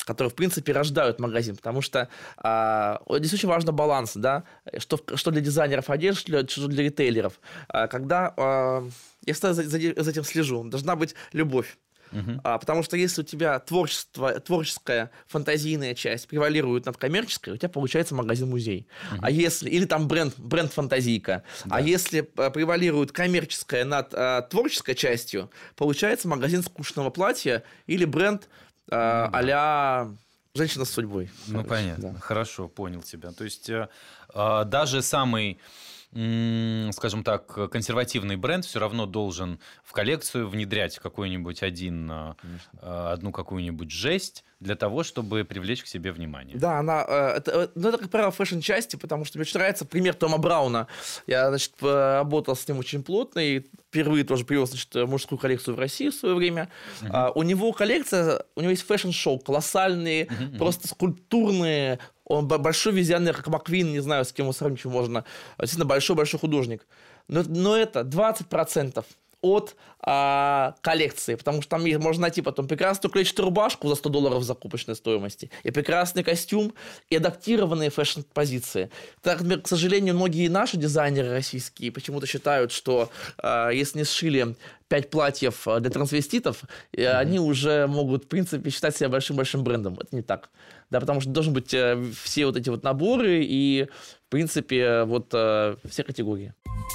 которые, в принципе, рождают магазин, потому что а, здесь очень важен баланс, да, что, что для дизайнеров одежды, что для ритейлеров. А, когда а, я всегда за, за, за этим слежу, должна быть любовь. Uh-huh. А, потому что если у тебя творчество, творческая, фантазийная часть превалирует над коммерческой, у тебя получается магазин-музей. Uh-huh. А если, или там бренд, бренд-фантазийка. Да. А если а, превалирует коммерческая над а, творческой частью, получается магазин скучного платья или бренд а, uh-huh. а-ля «Женщина с судьбой». Ну, короче, понятно. Да. Хорошо, понял тебя. То есть а, даже самый... скажем так, консервативный бренд все равно должен в коллекцию внедрять какой-нибудь один, Конечно. одну какую-нибудь жесть для того, чтобы привлечь к себе внимание. Да, она, это, ну, это, как правило, фэшн-части, потому что мне очень нравится пример Тома Брауна. Я, значит, работал с ним очень плотно и впервые тоже привез, значит, мужскую коллекцию в Россию в свое время. Uh-huh. А, у него коллекция, у него есть фэшн-шоу, колоссальные, uh-huh. просто скульптурные. Он большой визионер, как Маквин, не знаю, с кем его сравнить можно. Действительно, большой-большой художник. Но, но это двадцать процентов от а, коллекции, потому что там можно найти потом прекрасную клетчатую рубашку за сто долларов закупочной стоимости, и прекрасный костюм, и адаптированные фэшн-позиции. Так, например, к сожалению, многие наши дизайнеры российские почему-то считают, что а, если не сшили пять платьев для трансвеститов, mm-hmm. они уже могут, в принципе, считать себя большим-большим брендом. Это не так. Да, потому что должны быть все вот эти вот наборы и, в принципе, вот все категории.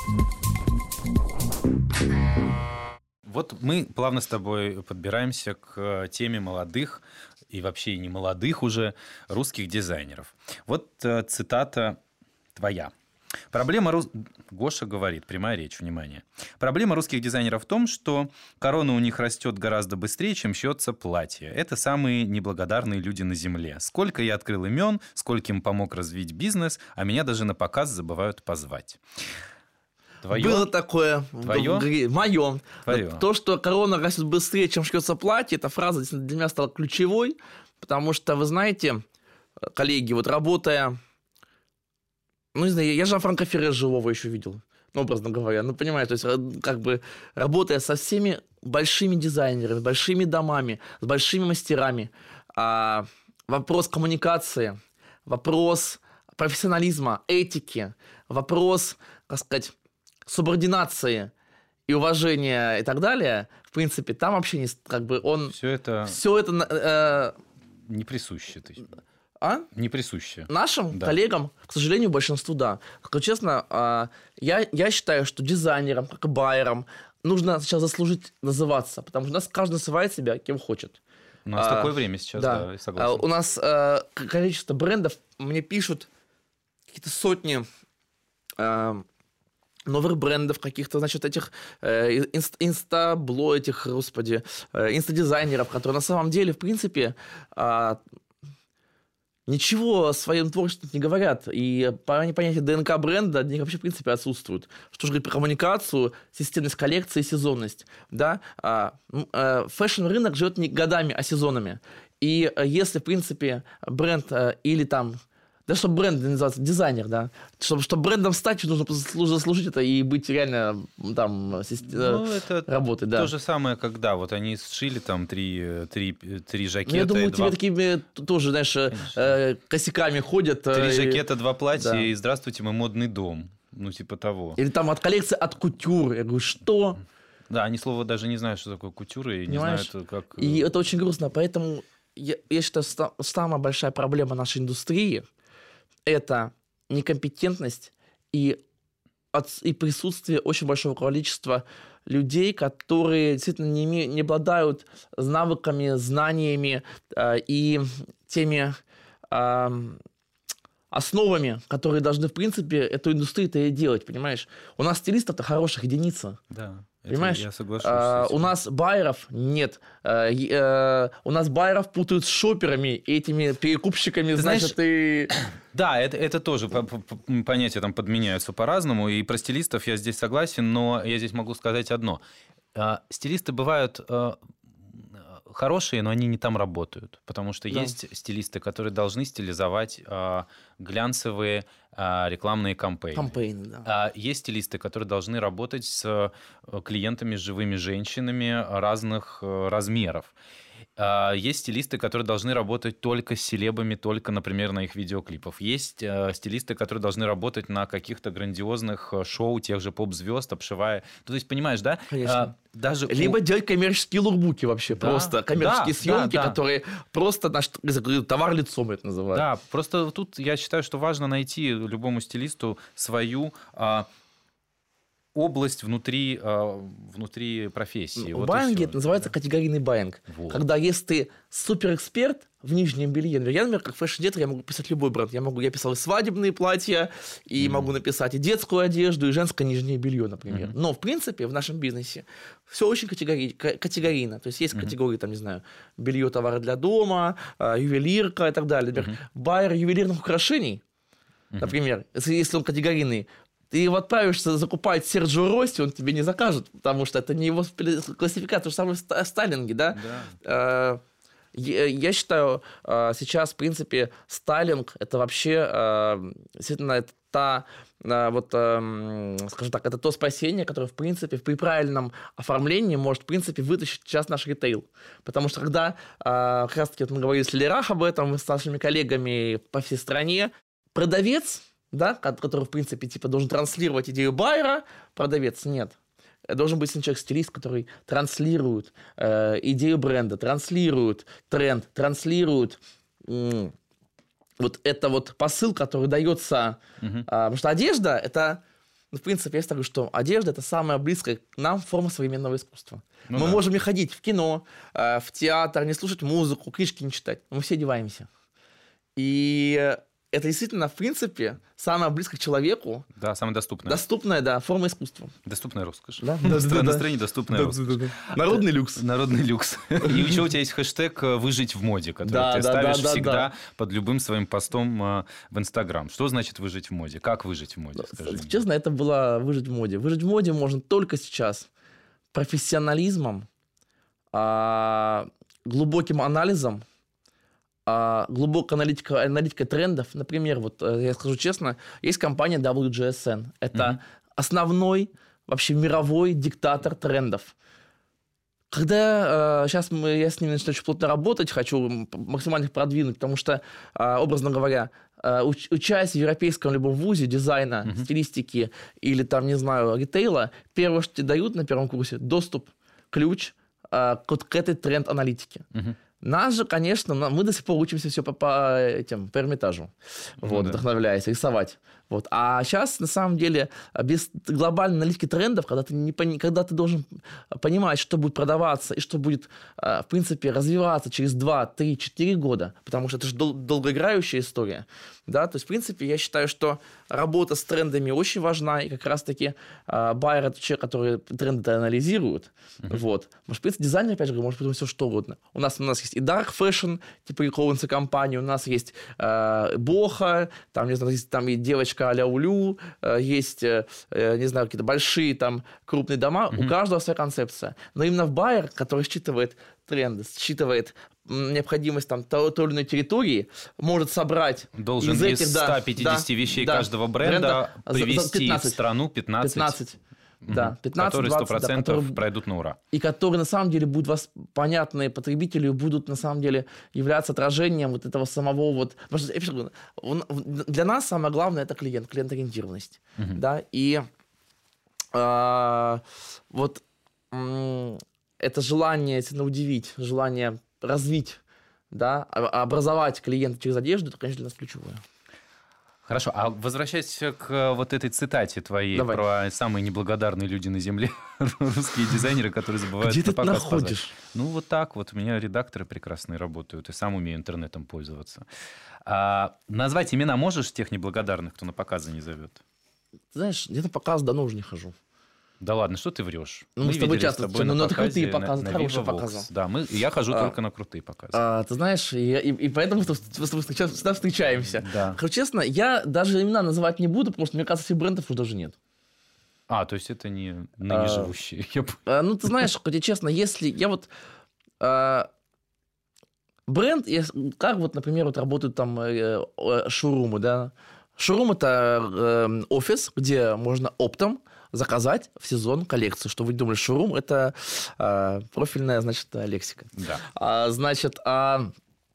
Вот мы плавно с тобой подбираемся к теме молодых и вообще не молодых уже русских дизайнеров. Вот цитата твоя. Проблема рус... Гоша говорит, прямая речь, внимание. Проблема русских дизайнеров в том, что корона у них растет гораздо быстрее, чем шьется платье. Это самые неблагодарные люди на земле. Сколько я открыл имен, скольким помог развить бизнес, а меня даже на показ забывают позвать. Твое? Было такое. Твое? Мое. Твое. То, что корона растет быстрее, чем шьется платье, эта фраза для меня стала ключевой, потому что, вы знаете, коллеги, вот работая... Ну, не знаю, я Жан-Франко Ферре живого еще видел, образно говоря. Ну, понимаете, то есть, как бы, работая со всеми большими дизайнерами, большими домами, с большими мастерами, а, вопрос коммуникации, вопрос профессионализма, этики, вопрос, как сказать, субординации и уважения и так далее, в принципе, там вообще не, как бы, он... Все это... Все это... Э, не присуще, ты. А? Не присуще. Нашим да. коллегам, к сожалению, большинству, да. Как честно, я, я считаю, что дизайнерам, как и байерам, нужно сейчас заслужить называться, потому что у нас каждый называет себя кем хочет. У нас а, такое время сейчас, да, да, согласен. У нас а, количество брендов, мне пишут какие-то сотни а, новых брендов, каких-то, значит, этих э, инста-бло, этих, господи, э, инста-дизайнеров, которые на самом деле, в принципе... А, ничего о своем творчестве не говорят. И понятие ДНК бренда от них вообще, в принципе, отсутствует. Что же говорить про коммуникацию, системность коллекции, сезонность. Да? Фэшн-рынок живет не годами, а сезонами. И если, в принципе, бренд или там... Да, чтобы бренд называться дизайнер, да. Чтобы, чтобы брендом стать, нужно заслужить это и быть реально там ну, это работой, да. То же самое, когда вот они сшили там три, три, три жакета. Ну, я думаю, и два... тебе такими тоже, знаешь, э, косяками ходят. Три и... жакета, два платья, да. И здравствуйте, мы модный дом. Ну, типа того. Или там от коллекции от кутюр. Я говорю, что? Да, они слова даже не знают, что такое кутюра, и Понимаешь? Не знают, как... И это очень грустно, поэтому я, я считаю, самая большая проблема нашей индустрии это некомпетентность и, от, и присутствие очень большого количества людей, которые действительно не, име, не обладают навыками, знаниями э, и теми э, основами, которые должны, в принципе, эту индустрию-то и делать, понимаешь? У нас стилистов-то хороших единица. Да. Понимаешь? Я соглашусь. А, у нас байеров нет. А, а, у нас байеров путают с шоперами, этими перекупщиками, Ты значит, знаешь, и... Да, это, это тоже понятия там подменяются по-разному, и про стилистов я здесь согласен, но я здесь могу сказать одно. Стилисты бывают хорошие, но они не там работают, потому что да. Есть стилисты, которые должны стилизовать а, глянцевые а, рекламные кампейны. Кампейны, да. А есть стилисты, которые должны работать с клиентами, с живыми женщинами разных а, размеров. А, есть стилисты, которые должны работать только с селебами, только, например, на их видеоклипах. Есть э, стилисты, которые должны работать на каких-то грандиозных э, шоу тех же поп-звезд, обшивая. То есть, понимаешь, да? Конечно. А, даже Либо у... делать коммерческие лукбуки вообще, Да, просто коммерческие да, съемки, да, да. которые просто наш товар лицом это называют. Да, просто тут я считаю, что важно найти любому стилисту свою... А, область внутри, э, внутри профессии. В Вот байинге это называется да. категорийный байинг. Вот. Когда если ты суперэксперт в нижнем белье, я, например, как фэшн-директор, я могу писать любой бренд. Я, могу, я писал и свадебные платья, и mm-hmm. могу написать и детскую одежду, и женское нижнее белье, например. Mm-hmm. Но, в принципе, в нашем бизнесе все очень категори- категорийно. То есть есть mm-hmm. категории, там, не знаю, белье, товары для дома, ювелирка и так далее. Например, mm-hmm. байер ювелирных украшений, mm-hmm. например, если, если он категорийный, ты его отправишься закупать Серджио Росси, он тебе не закажет, потому что это не его классификация. То же самое в стайлинге, да? Да. Я считаю, сейчас, в принципе, стайлинг – это вообще, действительно, это та, вот, скажем так, это то спасение, которое, в принципе, при правильном оформлении может, в принципе, вытащить сейчас наш ритейл. Потому что когда, как раз-таки, вот мы говорили с Лерах об этом, с нашими коллегами по всей стране, продавец, да, который, в принципе, типа, должен транслировать идею байера, продавец нет. Должен быть человек-стилист, который транслирует э, идею бренда, транслирует тренд, транслирует э, вот это вот посыл, который дается. Uh-huh. Э, потому что одежда – это, ну, в принципе, я скажу, что одежда – это самая близкая к нам форма современного искусства. Ну, мы да. можем не ходить в кино, э, в театр, не слушать музыку, книжки не читать. Мы все одеваемся. И... это действительно, в принципе, самое близко к человеку. Да, самое доступное. Доступная, да, форма искусства. Доступная роскошь. Да? Настроение доступная роскошь. Народный люкс. Народный люкс. И еще у тебя есть хэштег «Выжить в моде», который ты ставишь всегда под любым своим постом в Инстаграм. Что значит «выжить в моде»? Как выжить в моде? Скажи. Честно, это было «выжить в моде». Выжить в моде можно только сейчас профессионализмом, глубоким анализом, глубокая аналитика, аналитика трендов. Например, вот я скажу честно, есть компания дабл ю джи эс эн. Это mm-hmm. основной вообще мировой диктатор трендов. Когда э, сейчас мы, я с ними начинаю очень плотно работать, хочу максимально их продвинуть, потому что, э, образно говоря, э, уч, учась в европейском любом вузе дизайна, mm-hmm. стилистики или там, не знаю, ритейла, первое, что тебе дают на первом курсе, доступ, ключ э, к, к этой тренд-аналитике. Mm-hmm. Нас же, конечно, мы до сих пор учимся все по, по, этим, по Эрмитажу, ну, вот, да. вдохновляясь, рисовать. Вот. А сейчас, на самом деле, без глобальной аналитики трендов, когда ты, не, когда ты должен понимать, что будет продаваться и что будет, в принципе, развиваться через два, три, четыре года, потому что это же дол- долгоиграющая история. Да? То есть, в принципе, я считаю, что работа с трендами очень важна, и как раз-таки байер – это человек, который тренды анализирует. Uh-huh. Вот. Может, в принципе, дизайнер, опять же, может придумать все, что угодно. У нас, у нас есть и Dark Fashion, типа Ковенса компании, у нас есть э, Боха, там, не знаю, есть, там и девочка а-ля Улю, э, есть, э, не знаю, какие-то большие там крупные дома, uh-huh. у каждого своя концепция. Но именно в байер, который считывает тренды, считывает необходимость там той или иной территории, может собрать должен из, из этих, ста пятидесяти да, вещей да, каждого бренда, бренда привести пятнадцать, в страну пятнадцать. пятнадцать. Да, пятнадцать, которые сто процентов да, которые, пройдут на ура. И которые на самом деле будут вас, понятны потребителю, будут на самом деле являться отражением вот этого самого вот... Потому что для нас самое главное – это клиент, клиент-ориентированность. Uh-huh. Да? И э, вот э, это желание сильно удивить, желание развить, да, образовать клиента через одежду – это, конечно, для нас ключевое. Хорошо, а возвращаясь к вот этой цитате твоей Давай. Про самые неблагодарные люди на земле, русские дизайнеры, которые забывают Где ты это находишь? Ну, вот так вот. У меня редакторы прекрасные работают, и сам умею интернетом пользоваться. А назвать имена можешь тех неблагодарных, кто на показы не зовет? Знаешь, я на показ давно уже не хожу. Да ладно, что ты врешь? Ну, мы с тобой часто, тобой ну, это крутые показы, на, хорошие показы. Да, мы, я хожу а, только на крутые показы. А, ты знаешь, и, и, и поэтому мы всегда встречаемся. Да. Хотя, честно, я даже имена называть не буду, потому что, мне кажется, этих брендов уже даже нет. А, то есть это не ныне живущие. А, а, ну, ты знаешь, хотя, честно, если я вот... А, бренд, как вот, например, вот работают там э, э, шоурумы, да? Шоурум – это э, офис, где можно оптом заказать в сезон коллекцию. Что вы думали, шоурум – это э, профильная, значит, лексика. Да. А, значит, а,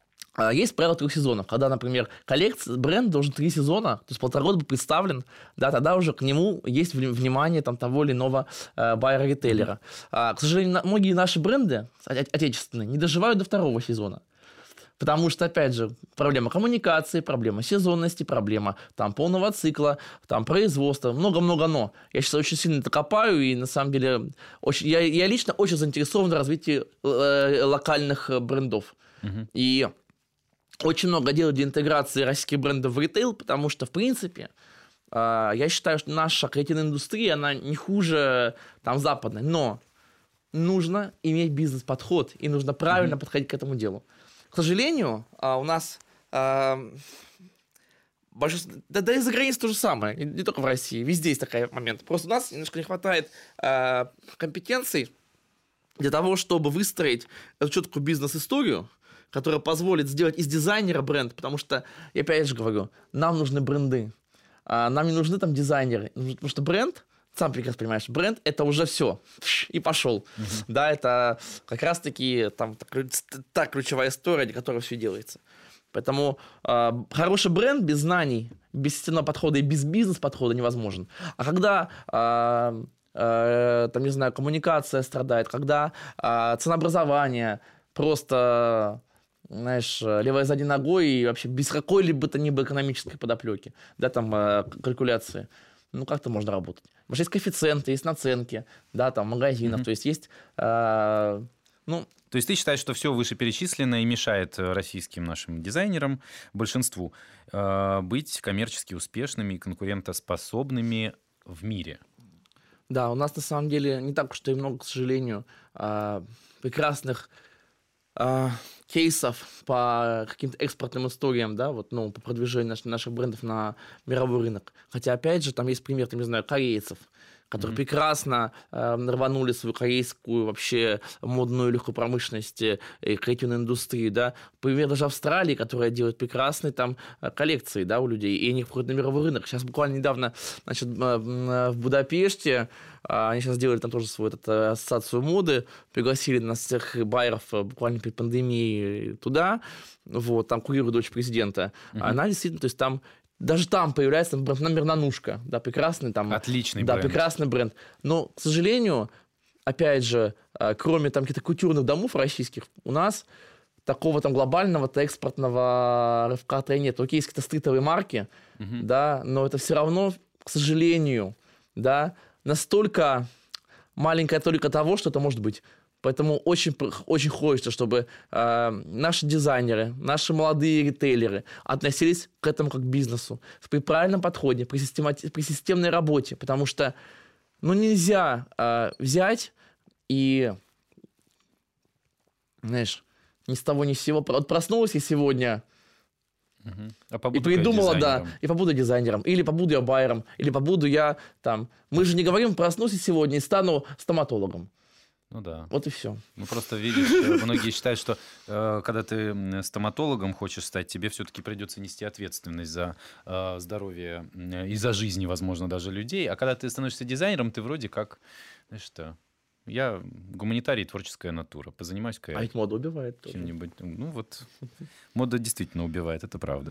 а есть правило трех сезонов. Когда, например, коллекция, бренд должен три сезона, то есть полтора года быть представлен, да, тогда уже к нему есть внимание там, того или иного э, байера-ритейлера. Mm-hmm. А, к сожалению, на, многие наши бренды отечественные не доживают до второго сезона. Потому что, опять же, проблема коммуникации, проблема сезонности, проблема там, полного цикла, там, производства, много-много «но». Я сейчас очень сильно это копаю, и на самом деле очень, я, я лично очень заинтересован в развитии э, локальных брендов. Uh-huh. И очень много делаю для интеграции российских брендов в ритейл, потому что, в принципе, э, я считаю, что наша креативная индустрия, она не хуже там, западной, но нужно иметь бизнес-подход, и нужно правильно uh-huh. подходить к этому делу. К сожалению, у нас а, большинство, да, да и за границей то же самое, не, не только в России, везде есть такой момент. Просто у нас немножко не хватает а, компетенций для того, чтобы выстроить эту четкую бизнес-историю, которая позволит сделать из дизайнера бренд, потому что, я опять же говорю, нам нужны бренды, а, нам не нужны там дизайнеры, потому что бренд, сам прекрасно понимаешь, бренд – это уже все. И пошел. Uh-huh. Да, это как раз-таки там, та ключевая история, для которой все делается. Поэтому э, хороший бренд без знаний, без системного подхода и без бизнес-подхода невозможен. А когда, э, э, там, не знаю, коммуникация страдает, когда э, ценообразование просто, знаешь, левая задней ногой и вообще без какой-либо то ни было экономической подоплеки, да, там, э, калькуляции, ну, как-то можно работать. Потому что есть коэффициенты, есть наценки, да, там, магазинов, mm-hmm. то есть есть, э, ну... То есть ты считаешь, что все вышеперечисленное мешает российским нашим дизайнерам, большинству, э, быть коммерчески успешными и конкурентоспособными в мире? Да, у нас на самом деле не так уж и много, к сожалению, э, прекрасных э, кейсов по каким-то экспортным историям, да, вот, ну, по продвижению наш, наших брендов на мировой рынок. Хотя, опять же, там есть пример, там, не знаю, корейцев, которые mm-hmm. прекрасно э, рванули свою корейскую вообще модную легкую промышленность и креативную индустрию, да. Пример даже Австралии, которая делает прекрасные там коллекции, да, у людей, и они входят на мировой рынок. Сейчас буквально недавно, значит, в Будапеште они сейчас сделали там тоже свою вот, ассоциацию моды, пригласили нас всех байеров буквально перед пандемией туда, вот, там курирует дочь президента. Mm-hmm. Она действительно, то есть там даже там появляется бренд номер Нанушка, да, прекрасный там. Отличный да, бренд. Да, прекрасный бренд. Но, к сожалению, опять же, кроме там каких-то культурных домов российских, у нас такого там глобального-то экспортного рывка-то и нет. Окей, есть какие-то стритовые марки, угу. да, но это все равно, к сожалению, да, настолько маленькая толика того, что это может быть. Поэтому очень, очень хочется, чтобы э, наши дизайнеры, наши молодые ритейлеры относились к этому как к бизнесу. При правильном подходе, при, системати- при системной работе. Потому что ну, нельзя э, взять и, знаешь, ни с того ни с сего. Вот проснулась я сегодня угу. а и придумала, да, и побуду дизайнером, или побуду я байером, или побуду я там... Мы же не говорим, проснусь сегодня и стану стоматологом. Ну да. Вот и все. Ну просто видишь, многие считают, что э, когда ты стоматологом хочешь стать, тебе все-таки придется нести ответственность за э, здоровье э, и за жизни, возможно, даже людей. А когда ты становишься дизайнером, ты вроде как, знаешь что, я гуманитарий, творческая натура, позанимаюсь-ка я. А ведь мода убивает. Чем-нибудь. Ну вот, мода действительно убивает, это правда.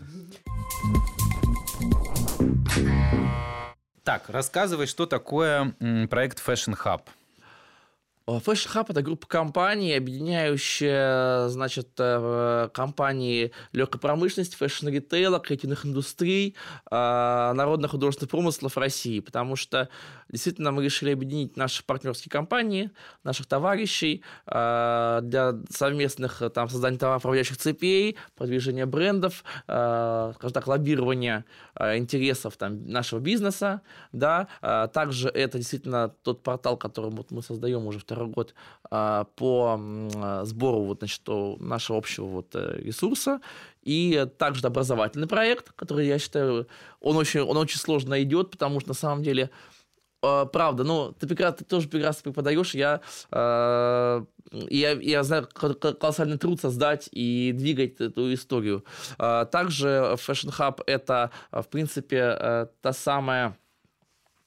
Так, рассказывай, что такое м, проект Fashion Hub. Fashion Hub – это группа компаний, объединяющая, значит, компании легкой промышленности, фэшн-ритейла, креативных индустрий, народных художественных промыслов России, потому что действительно мы решили объединить наши партнерские компании, наших товарищей для совместных там, создания товароуправляющих цепей, продвижения брендов, скажем так, лоббирования интересов там, нашего бизнеса. Да. Также это действительно тот портал, который вот мы создаем уже второй год по сбору вот, значит, нашего общего вот ресурса. И также образовательный проект, который, я считаю, он очень, он очень сложно идет, потому что на самом деле, правда, ну, ты, прекрасно, ты тоже прекрасно преподаешь, я, я, я знаю, колоссальный труд создать и двигать эту историю. Также Fashion Hub – это, в принципе, та самая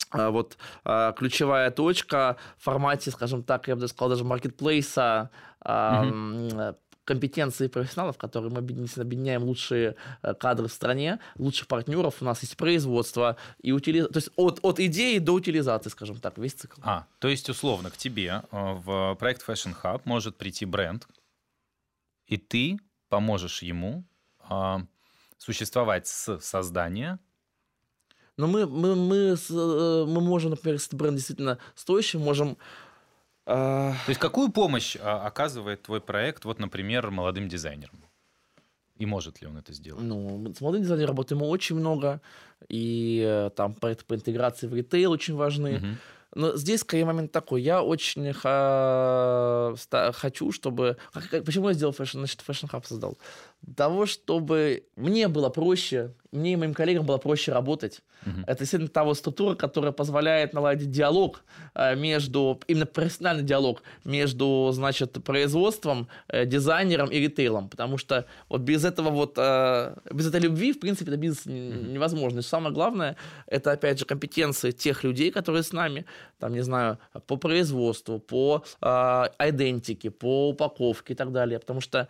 вот ключевая точка в формате, скажем так, я бы даже сказал, даже маркетплейса, mm-hmm. компетенции профессионалов, которые мы объединяем лучшие кадры в стране, лучших партнеров, у нас есть производство, и утили... то есть от, от идеи до утилизации, скажем так, весь цикл. А, то есть, условно, к тебе в проект Fashion Hub может прийти бренд, и ты поможешь ему а, существовать с создания. Но мы, мы, мы, мы можем, например, если бренд действительно стоящий, можем... То есть какую помощь оказывает твой проект, вот, например, молодым дизайнерам? И может ли он это сделать? Ну, с молодыми дизайнерами работаем очень много, и там проекты по интеграции в ритейл очень важны. Угу. Но здесь, скорее, момент такой. Я очень ха- хочу, чтобы... Почему я сделал Fashion, значит, Fashion Hub создал? Для того, чтобы мне было проще, мне и моим коллегам было проще работать. Uh-huh. Это действительно та вот структура, которая позволяет наладить диалог между... Именно профессиональный диалог между, значит, производством, дизайнером и ритейлом. Потому что вот без этого вот... Без этой любви, в принципе, это бизнес uh-huh. невозможно. И самое главное, это, опять же, компетенции тех людей, которые с нами, там, не знаю, по производству, по айдентике, по упаковке и так далее. Потому что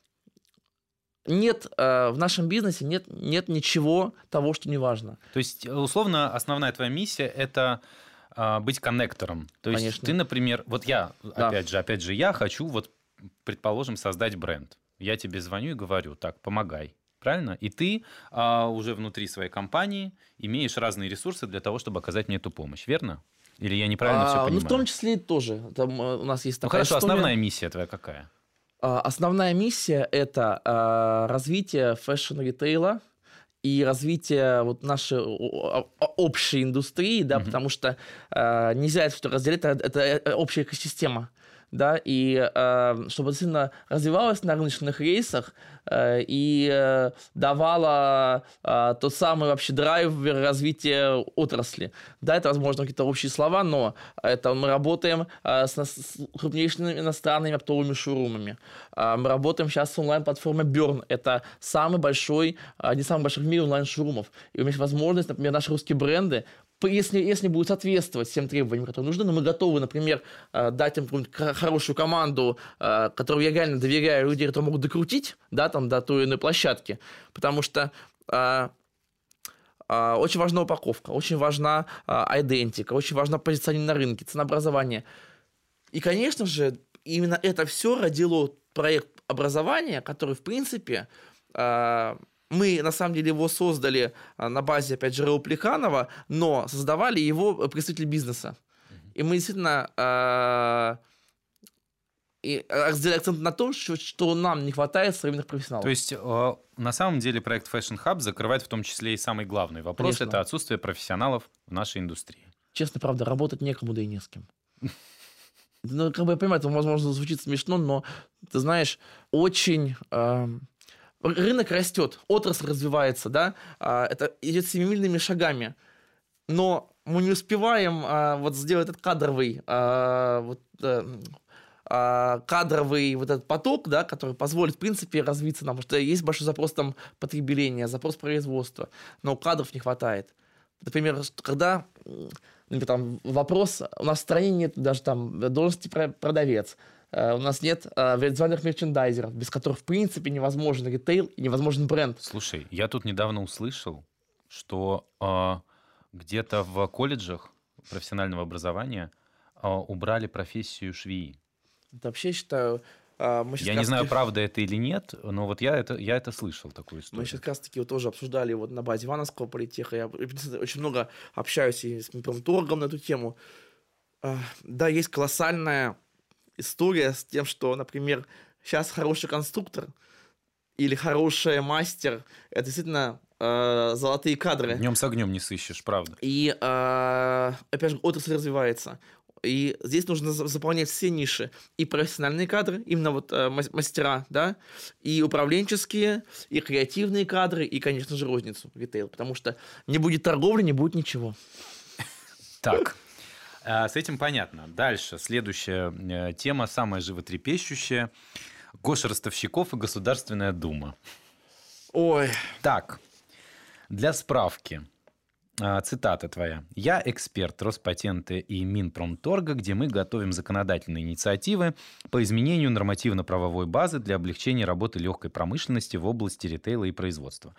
нет, в нашем бизнесе нет, нет ничего того, что не важно. То есть, условно, основная твоя миссия – это быть коннектором. То есть, Конечно. Ты, например, вот я, да. опять же, опять же, я хочу, вот, предположим, создать бренд. Я тебе звоню и говорю, так, помогай. Правильно? И ты а, уже внутри своей компании имеешь разные ресурсы для того, чтобы оказать мне эту помощь. Верно? Или я неправильно а, все понимаю? Ну, в том числе тоже. Там у нас есть такая Ну, хорошо, история. Основная миссия твоя какая? Основная миссия – это э, развитие фэшн-ритейла и развитие вот нашей общей индустрии, да, mm-hmm. потому что э, нельзя это что разделить, это, это общая экосистема. Да, и э, чтобы действительно развивалась на рыночных рейсах э, и э, давала э, тот самый вообще драйвер развития отрасли. Да, это, возможно, какие-то общие слова, но это мы работаем э, с, с крупнейшими иностранными оптовыми шоурумами. Э, мы работаем сейчас с онлайн-платформой Burn. Это самый большой, один из самых больших в мире онлайн-шоурумов. И у меня есть возможность, например, наши русские бренды, Если, если будут соответствовать всем требованиям, которые нужны, но мы готовы, например, дать им какую-нибудь хорошую команду, которой я реально доверяю, людей, которые могут докрутить, да, там, до той или иной площадки, потому что а, а, очень важна упаковка, очень важна айдентика, очень важна позиционирование на рынке, ценообразование. И, конечно же, именно это все родило проект образования, который, в принципе... А, Мы, на самом деле, его создали на базе, опять же, Раул Плеханова, но создавали его представители бизнеса. Mm-hmm. И мы действительно э, и сделали акцент на том, что, что нам не хватает современных профессионалов. То есть, э, на самом деле, проект Fashion Hub закрывает в том числе и самый главный вопрос. Конечно. Это отсутствие профессионалов в нашей индустрии. Честно, правда, работать некому, да и не с кем. Ну, как бы я понимаю, это, возможно, звучит смешно, но, ты знаешь, очень... Рынок растет, отрасль развивается, да, это идет семимильными шагами, но мы не успеваем вот сделать этот кадровый, вот, кадровый вот этот поток, да, который позволит, в принципе, развиться нам, потому что есть большой запрос там потребления, запрос производства, но кадров не хватает. Например, когда, например, там вопрос, у нас в стране нет даже там должности продавец, у нас нет uh, визуальных мерчендайзеров, без которых, в принципе, невозможен ритейл и невозможен бренд. Слушай, я тут недавно услышал, что uh, где-то в колледжах профессионального образования uh, убрали профессию швеи. Это вообще, я считаю... Uh, мы я не знаю, правда это или нет, но вот я это, я это слышал, такую историю. Мы сейчас как раз-таки вот тоже обсуждали вот на базе Ивановского политеха. Я очень много общаюсь и с промторгом на эту тему. Uh, да, есть колоссальная... история с тем, что, например, сейчас хороший конструктор или хороший мастер – это действительно э, золотые кадры. Днем с огнем не сыщешь, правда. И, э, опять же, отрасль развивается. И здесь нужно заполнять все ниши. И профессиональные кадры, именно вот э, мастера, да, и управленческие, и креативные кадры, и, конечно же, розницу, ритейл. Потому что не будет торговли, не будет ничего. Так. С этим понятно. Дальше. Следующая тема, самая животрепещущая. Гоша Ростовщиков и Государственная Дума. Ой. Так, для справки. Цитата твоя. «Я эксперт Роспатента и Минпромторга, где мы готовим законодательные инициативы по изменению нормативно-правовой базы для облегчения работы легкой промышленности в области ритейла и производства».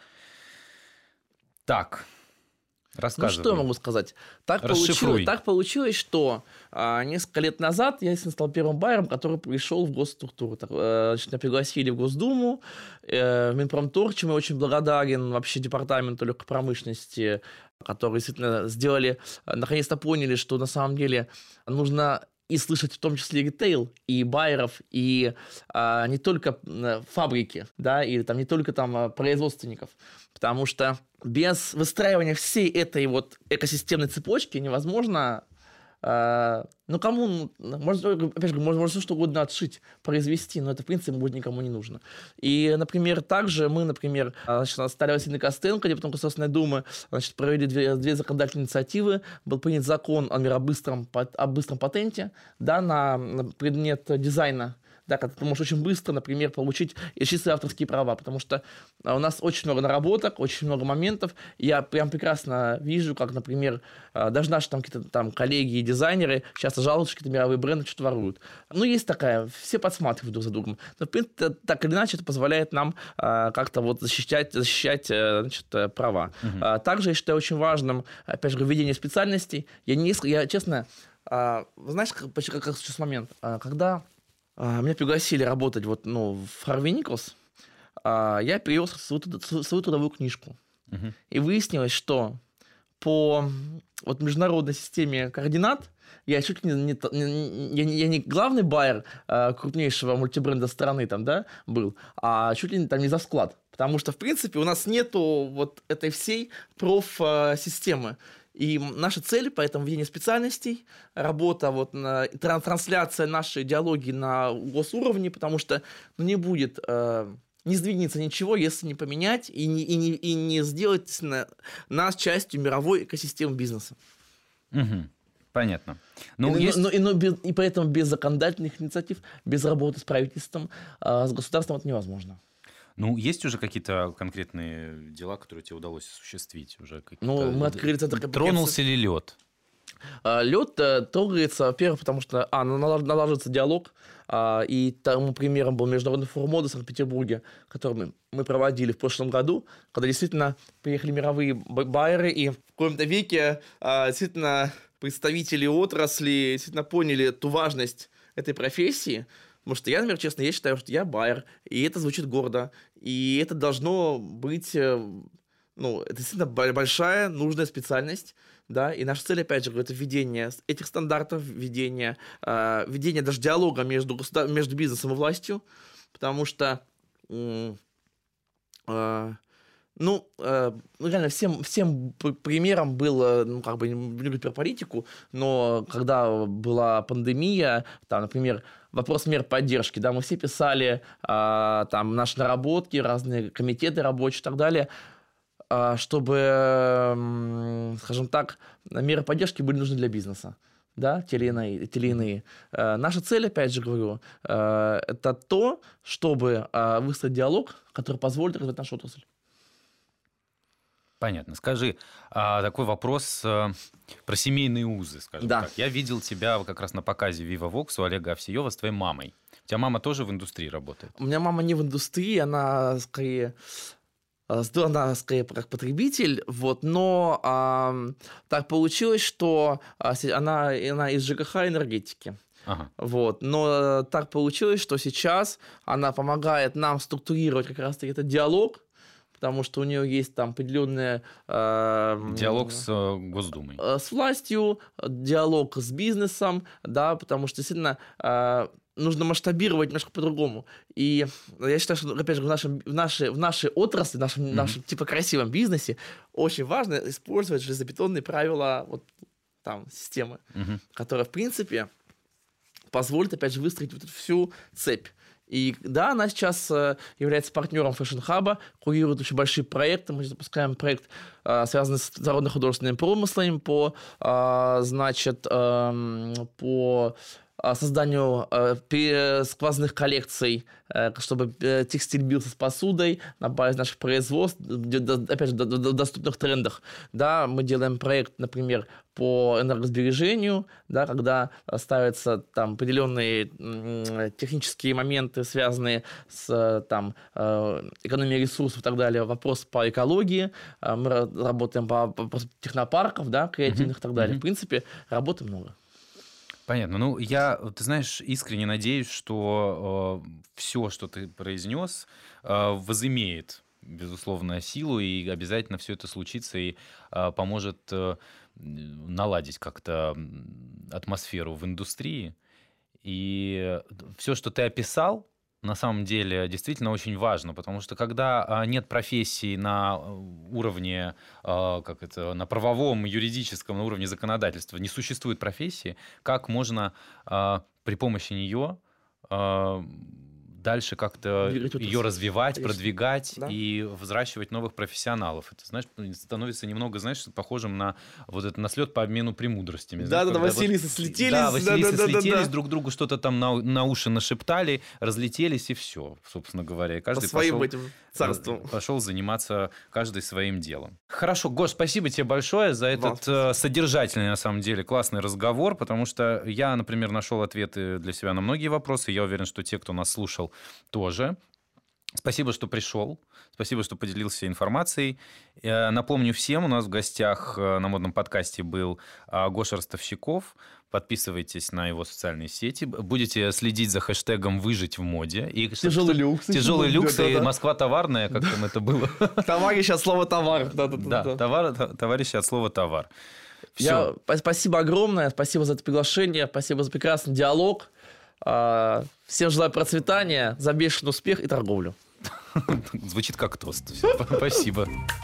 Так, рассказывай. Ну, что я могу сказать? Так получилось, так получилось, что а, несколько лет назад я, естественно, стал первым байером, который пришел в госструктуру. Так, э, значит, меня пригласили в Госдуму, э, в Минпромторг, чем я очень благодарен вообще департаменту легкой промышленности, которые действительно сделали, наконец-то поняли, что на самом деле нужно и слышать в том числе ритейл, и байеров, и а, не только фабрики, да, или там не только там производственников, потому что без выстраивания всей этой вот экосистемной цепочки невозможно, а, ну кому, можно, опять же, можно, можно что угодно отшить, произвести, но это в принципе будет никому не нужно. И, например, также мы, например, значит, стали Василий Костенко, депутатом Государственной Думы, значит, провели две, две законодательные инициативы, был принят закон о миробыстром, о быстром патенте, да, на, на предмет дизайна, да, когда ты можешь очень быстро, например, получить и чистые авторские права, потому что у нас очень много наработок, очень много моментов. Я прям прекрасно вижу, как, например, даже наши там какие-то там коллеги и дизайнеры часто жалуются, что какие-то мировые бренды что-то воруют. Ну, есть такая, все подсматривают друг за другом. Но, в принципе, так или иначе, это позволяет нам а, как-то вот защищать, защищать значит, права. Угу. А, также я считаю очень важным, опять же, введение специальностей. Я, не, я честно, а, знаешь, как, как, как сейчас момент, а, когда... Меня пригласили работать вот, ну, в Harvey Nichols, я перевел свою, свою трудовую книжку. Uh-huh. И выяснилось, что по вот, международной системе координат я чуть ли не, не, я, я не главный байер крупнейшего мультибренда страны там, да, был, а чуть ли не, там, не за склад. Потому что, в принципе, у нас нету вот этой всей профсистемы. И наша цель, поэтому введение специальностей, работа, вот, на, трансляция нашей идеологии на госуровне, потому что ну, не будет, э, не сдвинется ничего, если не поменять и не, и не, и не сделать на, нас частью мировой экосистемы бизнеса. Угу. Понятно. Ну, и, есть... но, и, но без, и поэтому без законодательных инициатив, без работы с правительством, э, с государством это невозможно. Ну, есть уже какие-то конкретные дела, которые тебе удалось осуществить? Уже ну, мы открыли... Тронулся ли лед? Лед трогается, во-первых, потому что а, налаживается диалог, а, и тому примером был международный форум моды в Санкт-Петербурге, который мы, мы проводили в прошлом году, когда действительно приехали мировые байеры, и в каком-то веке а, действительно представители отрасли действительно поняли ту важность этой профессии. Потому что я, например, честно, я считаю, что я байер, и это звучит гордо, и это должно быть, ну, это действительно большая, нужная специальность, да, и наша цель, опять же, это введение этих стандартов, введение, э, введение даже диалога между, между бизнесом и властью, потому что, э, э, ну, э, реально, всем, всем примером было, ну, как бы, не люблю про политику, но когда была пандемия, там, например, вопрос мер поддержки, да, мы все писали а, там наши наработки, разные комитеты рабочие и так далее, а, чтобы, скажем так, меры поддержки были нужны для бизнеса, да, те или иные. Те или иные. А, наша цель, опять же говорю, а, это то, чтобы а, выстроить диалог, который позволит развивать нашу отрасль. Понятно. Скажи, а, такой вопрос а, про семейные узы, скажем да. так. Я видел тебя как раз на показе Viva Vox у Олега Овсиева с твоей мамой. У тебя мама тоже в индустрии работает? У меня мама не в индустрии, она скорее, она скорее как потребитель, вот, но а, так получилось, что она, она из ЖКХ энергетики. Ага. Вот. Но так получилось, что сейчас она помогает нам структурировать как раз-таки этот диалог, потому что у нее есть там определенный... Э, диалог с э, Госдумой. Э, с властью, диалог с бизнесом, да, потому что действительно э, нужно масштабировать немножко по-другому. И я считаю, что, опять же, в, нашем, в, нашей, в нашей отрасли, в нашем, mm-hmm. нашем типа красивом бизнесе очень важно использовать железобетонные правила вот, там, системы, mm-hmm. которая, в принципе, позволит, опять же, выстроить вот эту всю цепь. И да, она сейчас является партнером Fashion Hub, курирует очень большие проекты. Мы запускаем проект, связанный с народно-художественными промыслами по, значит, по созданию сквозных коллекций, чтобы текстиль бился с посудой на базе наших производств, опять же, в доступных трендах. Да, мы делаем проект, например, по энергосбережению, да, когда ставятся там определенные технические моменты, связанные с там, экономией ресурсов и так далее, вопрос по экологии, мы работаем по вопросу технопарков, да, креативных mm-hmm. и так далее. Mm-hmm. В принципе, работы много. Понятно. Ну, я, ты знаешь, искренне надеюсь, что э, все, что ты произнес, э, возымеет, безусловно, силу, и обязательно все это случится и э, поможет э, наладить как-то атмосферу в индустрии. И все, что ты описал, на самом деле действительно очень важно, потому что когда нет профессии на уровне, как это, на правовом, юридическом, на уровне законодательства, не существует профессии, как можно при помощи нее дальше как-то ее развивать, Конечно. продвигать да. и взращивать новых профессионалов. Это, знаешь, становится немного, знаешь, похожим на вот это на слет по обмену премудростями. Да-да-да, Василисы вот, слетелись. Да, Василисы да, да, слетелись, да, да. друг другу что-то там на, на уши нашептали, разлетелись, и все, собственно говоря. И каждый по своим пошел, этим царствам. Пошел заниматься каждый своим делом. Хорошо, Гош, спасибо тебе большое за этот Вам. содержательный, на самом деле, классный разговор, потому что я, например, нашел ответы для себя на многие вопросы. Я уверен, что те, кто нас слушал, тоже. Спасибо, что пришел. Спасибо, что поделился информацией. Напомню всем, у нас в гостях на модном подкасте был Гоша Ростовщиков. Подписывайтесь на его социальные сети. Будете следить за хэштегом «Выжить в моде». И тяжелый люкс. Тяжелый люкс и Москва товарная, как там это было. Товарищ от слова «товар». Да, товарищ от слова «товар». Я, спасибо огромное, спасибо за это приглашение, спасибо за прекрасный диалог. Всем желаю процветания, за бешеный успех и торговлю. Звучит как тост. Спасибо.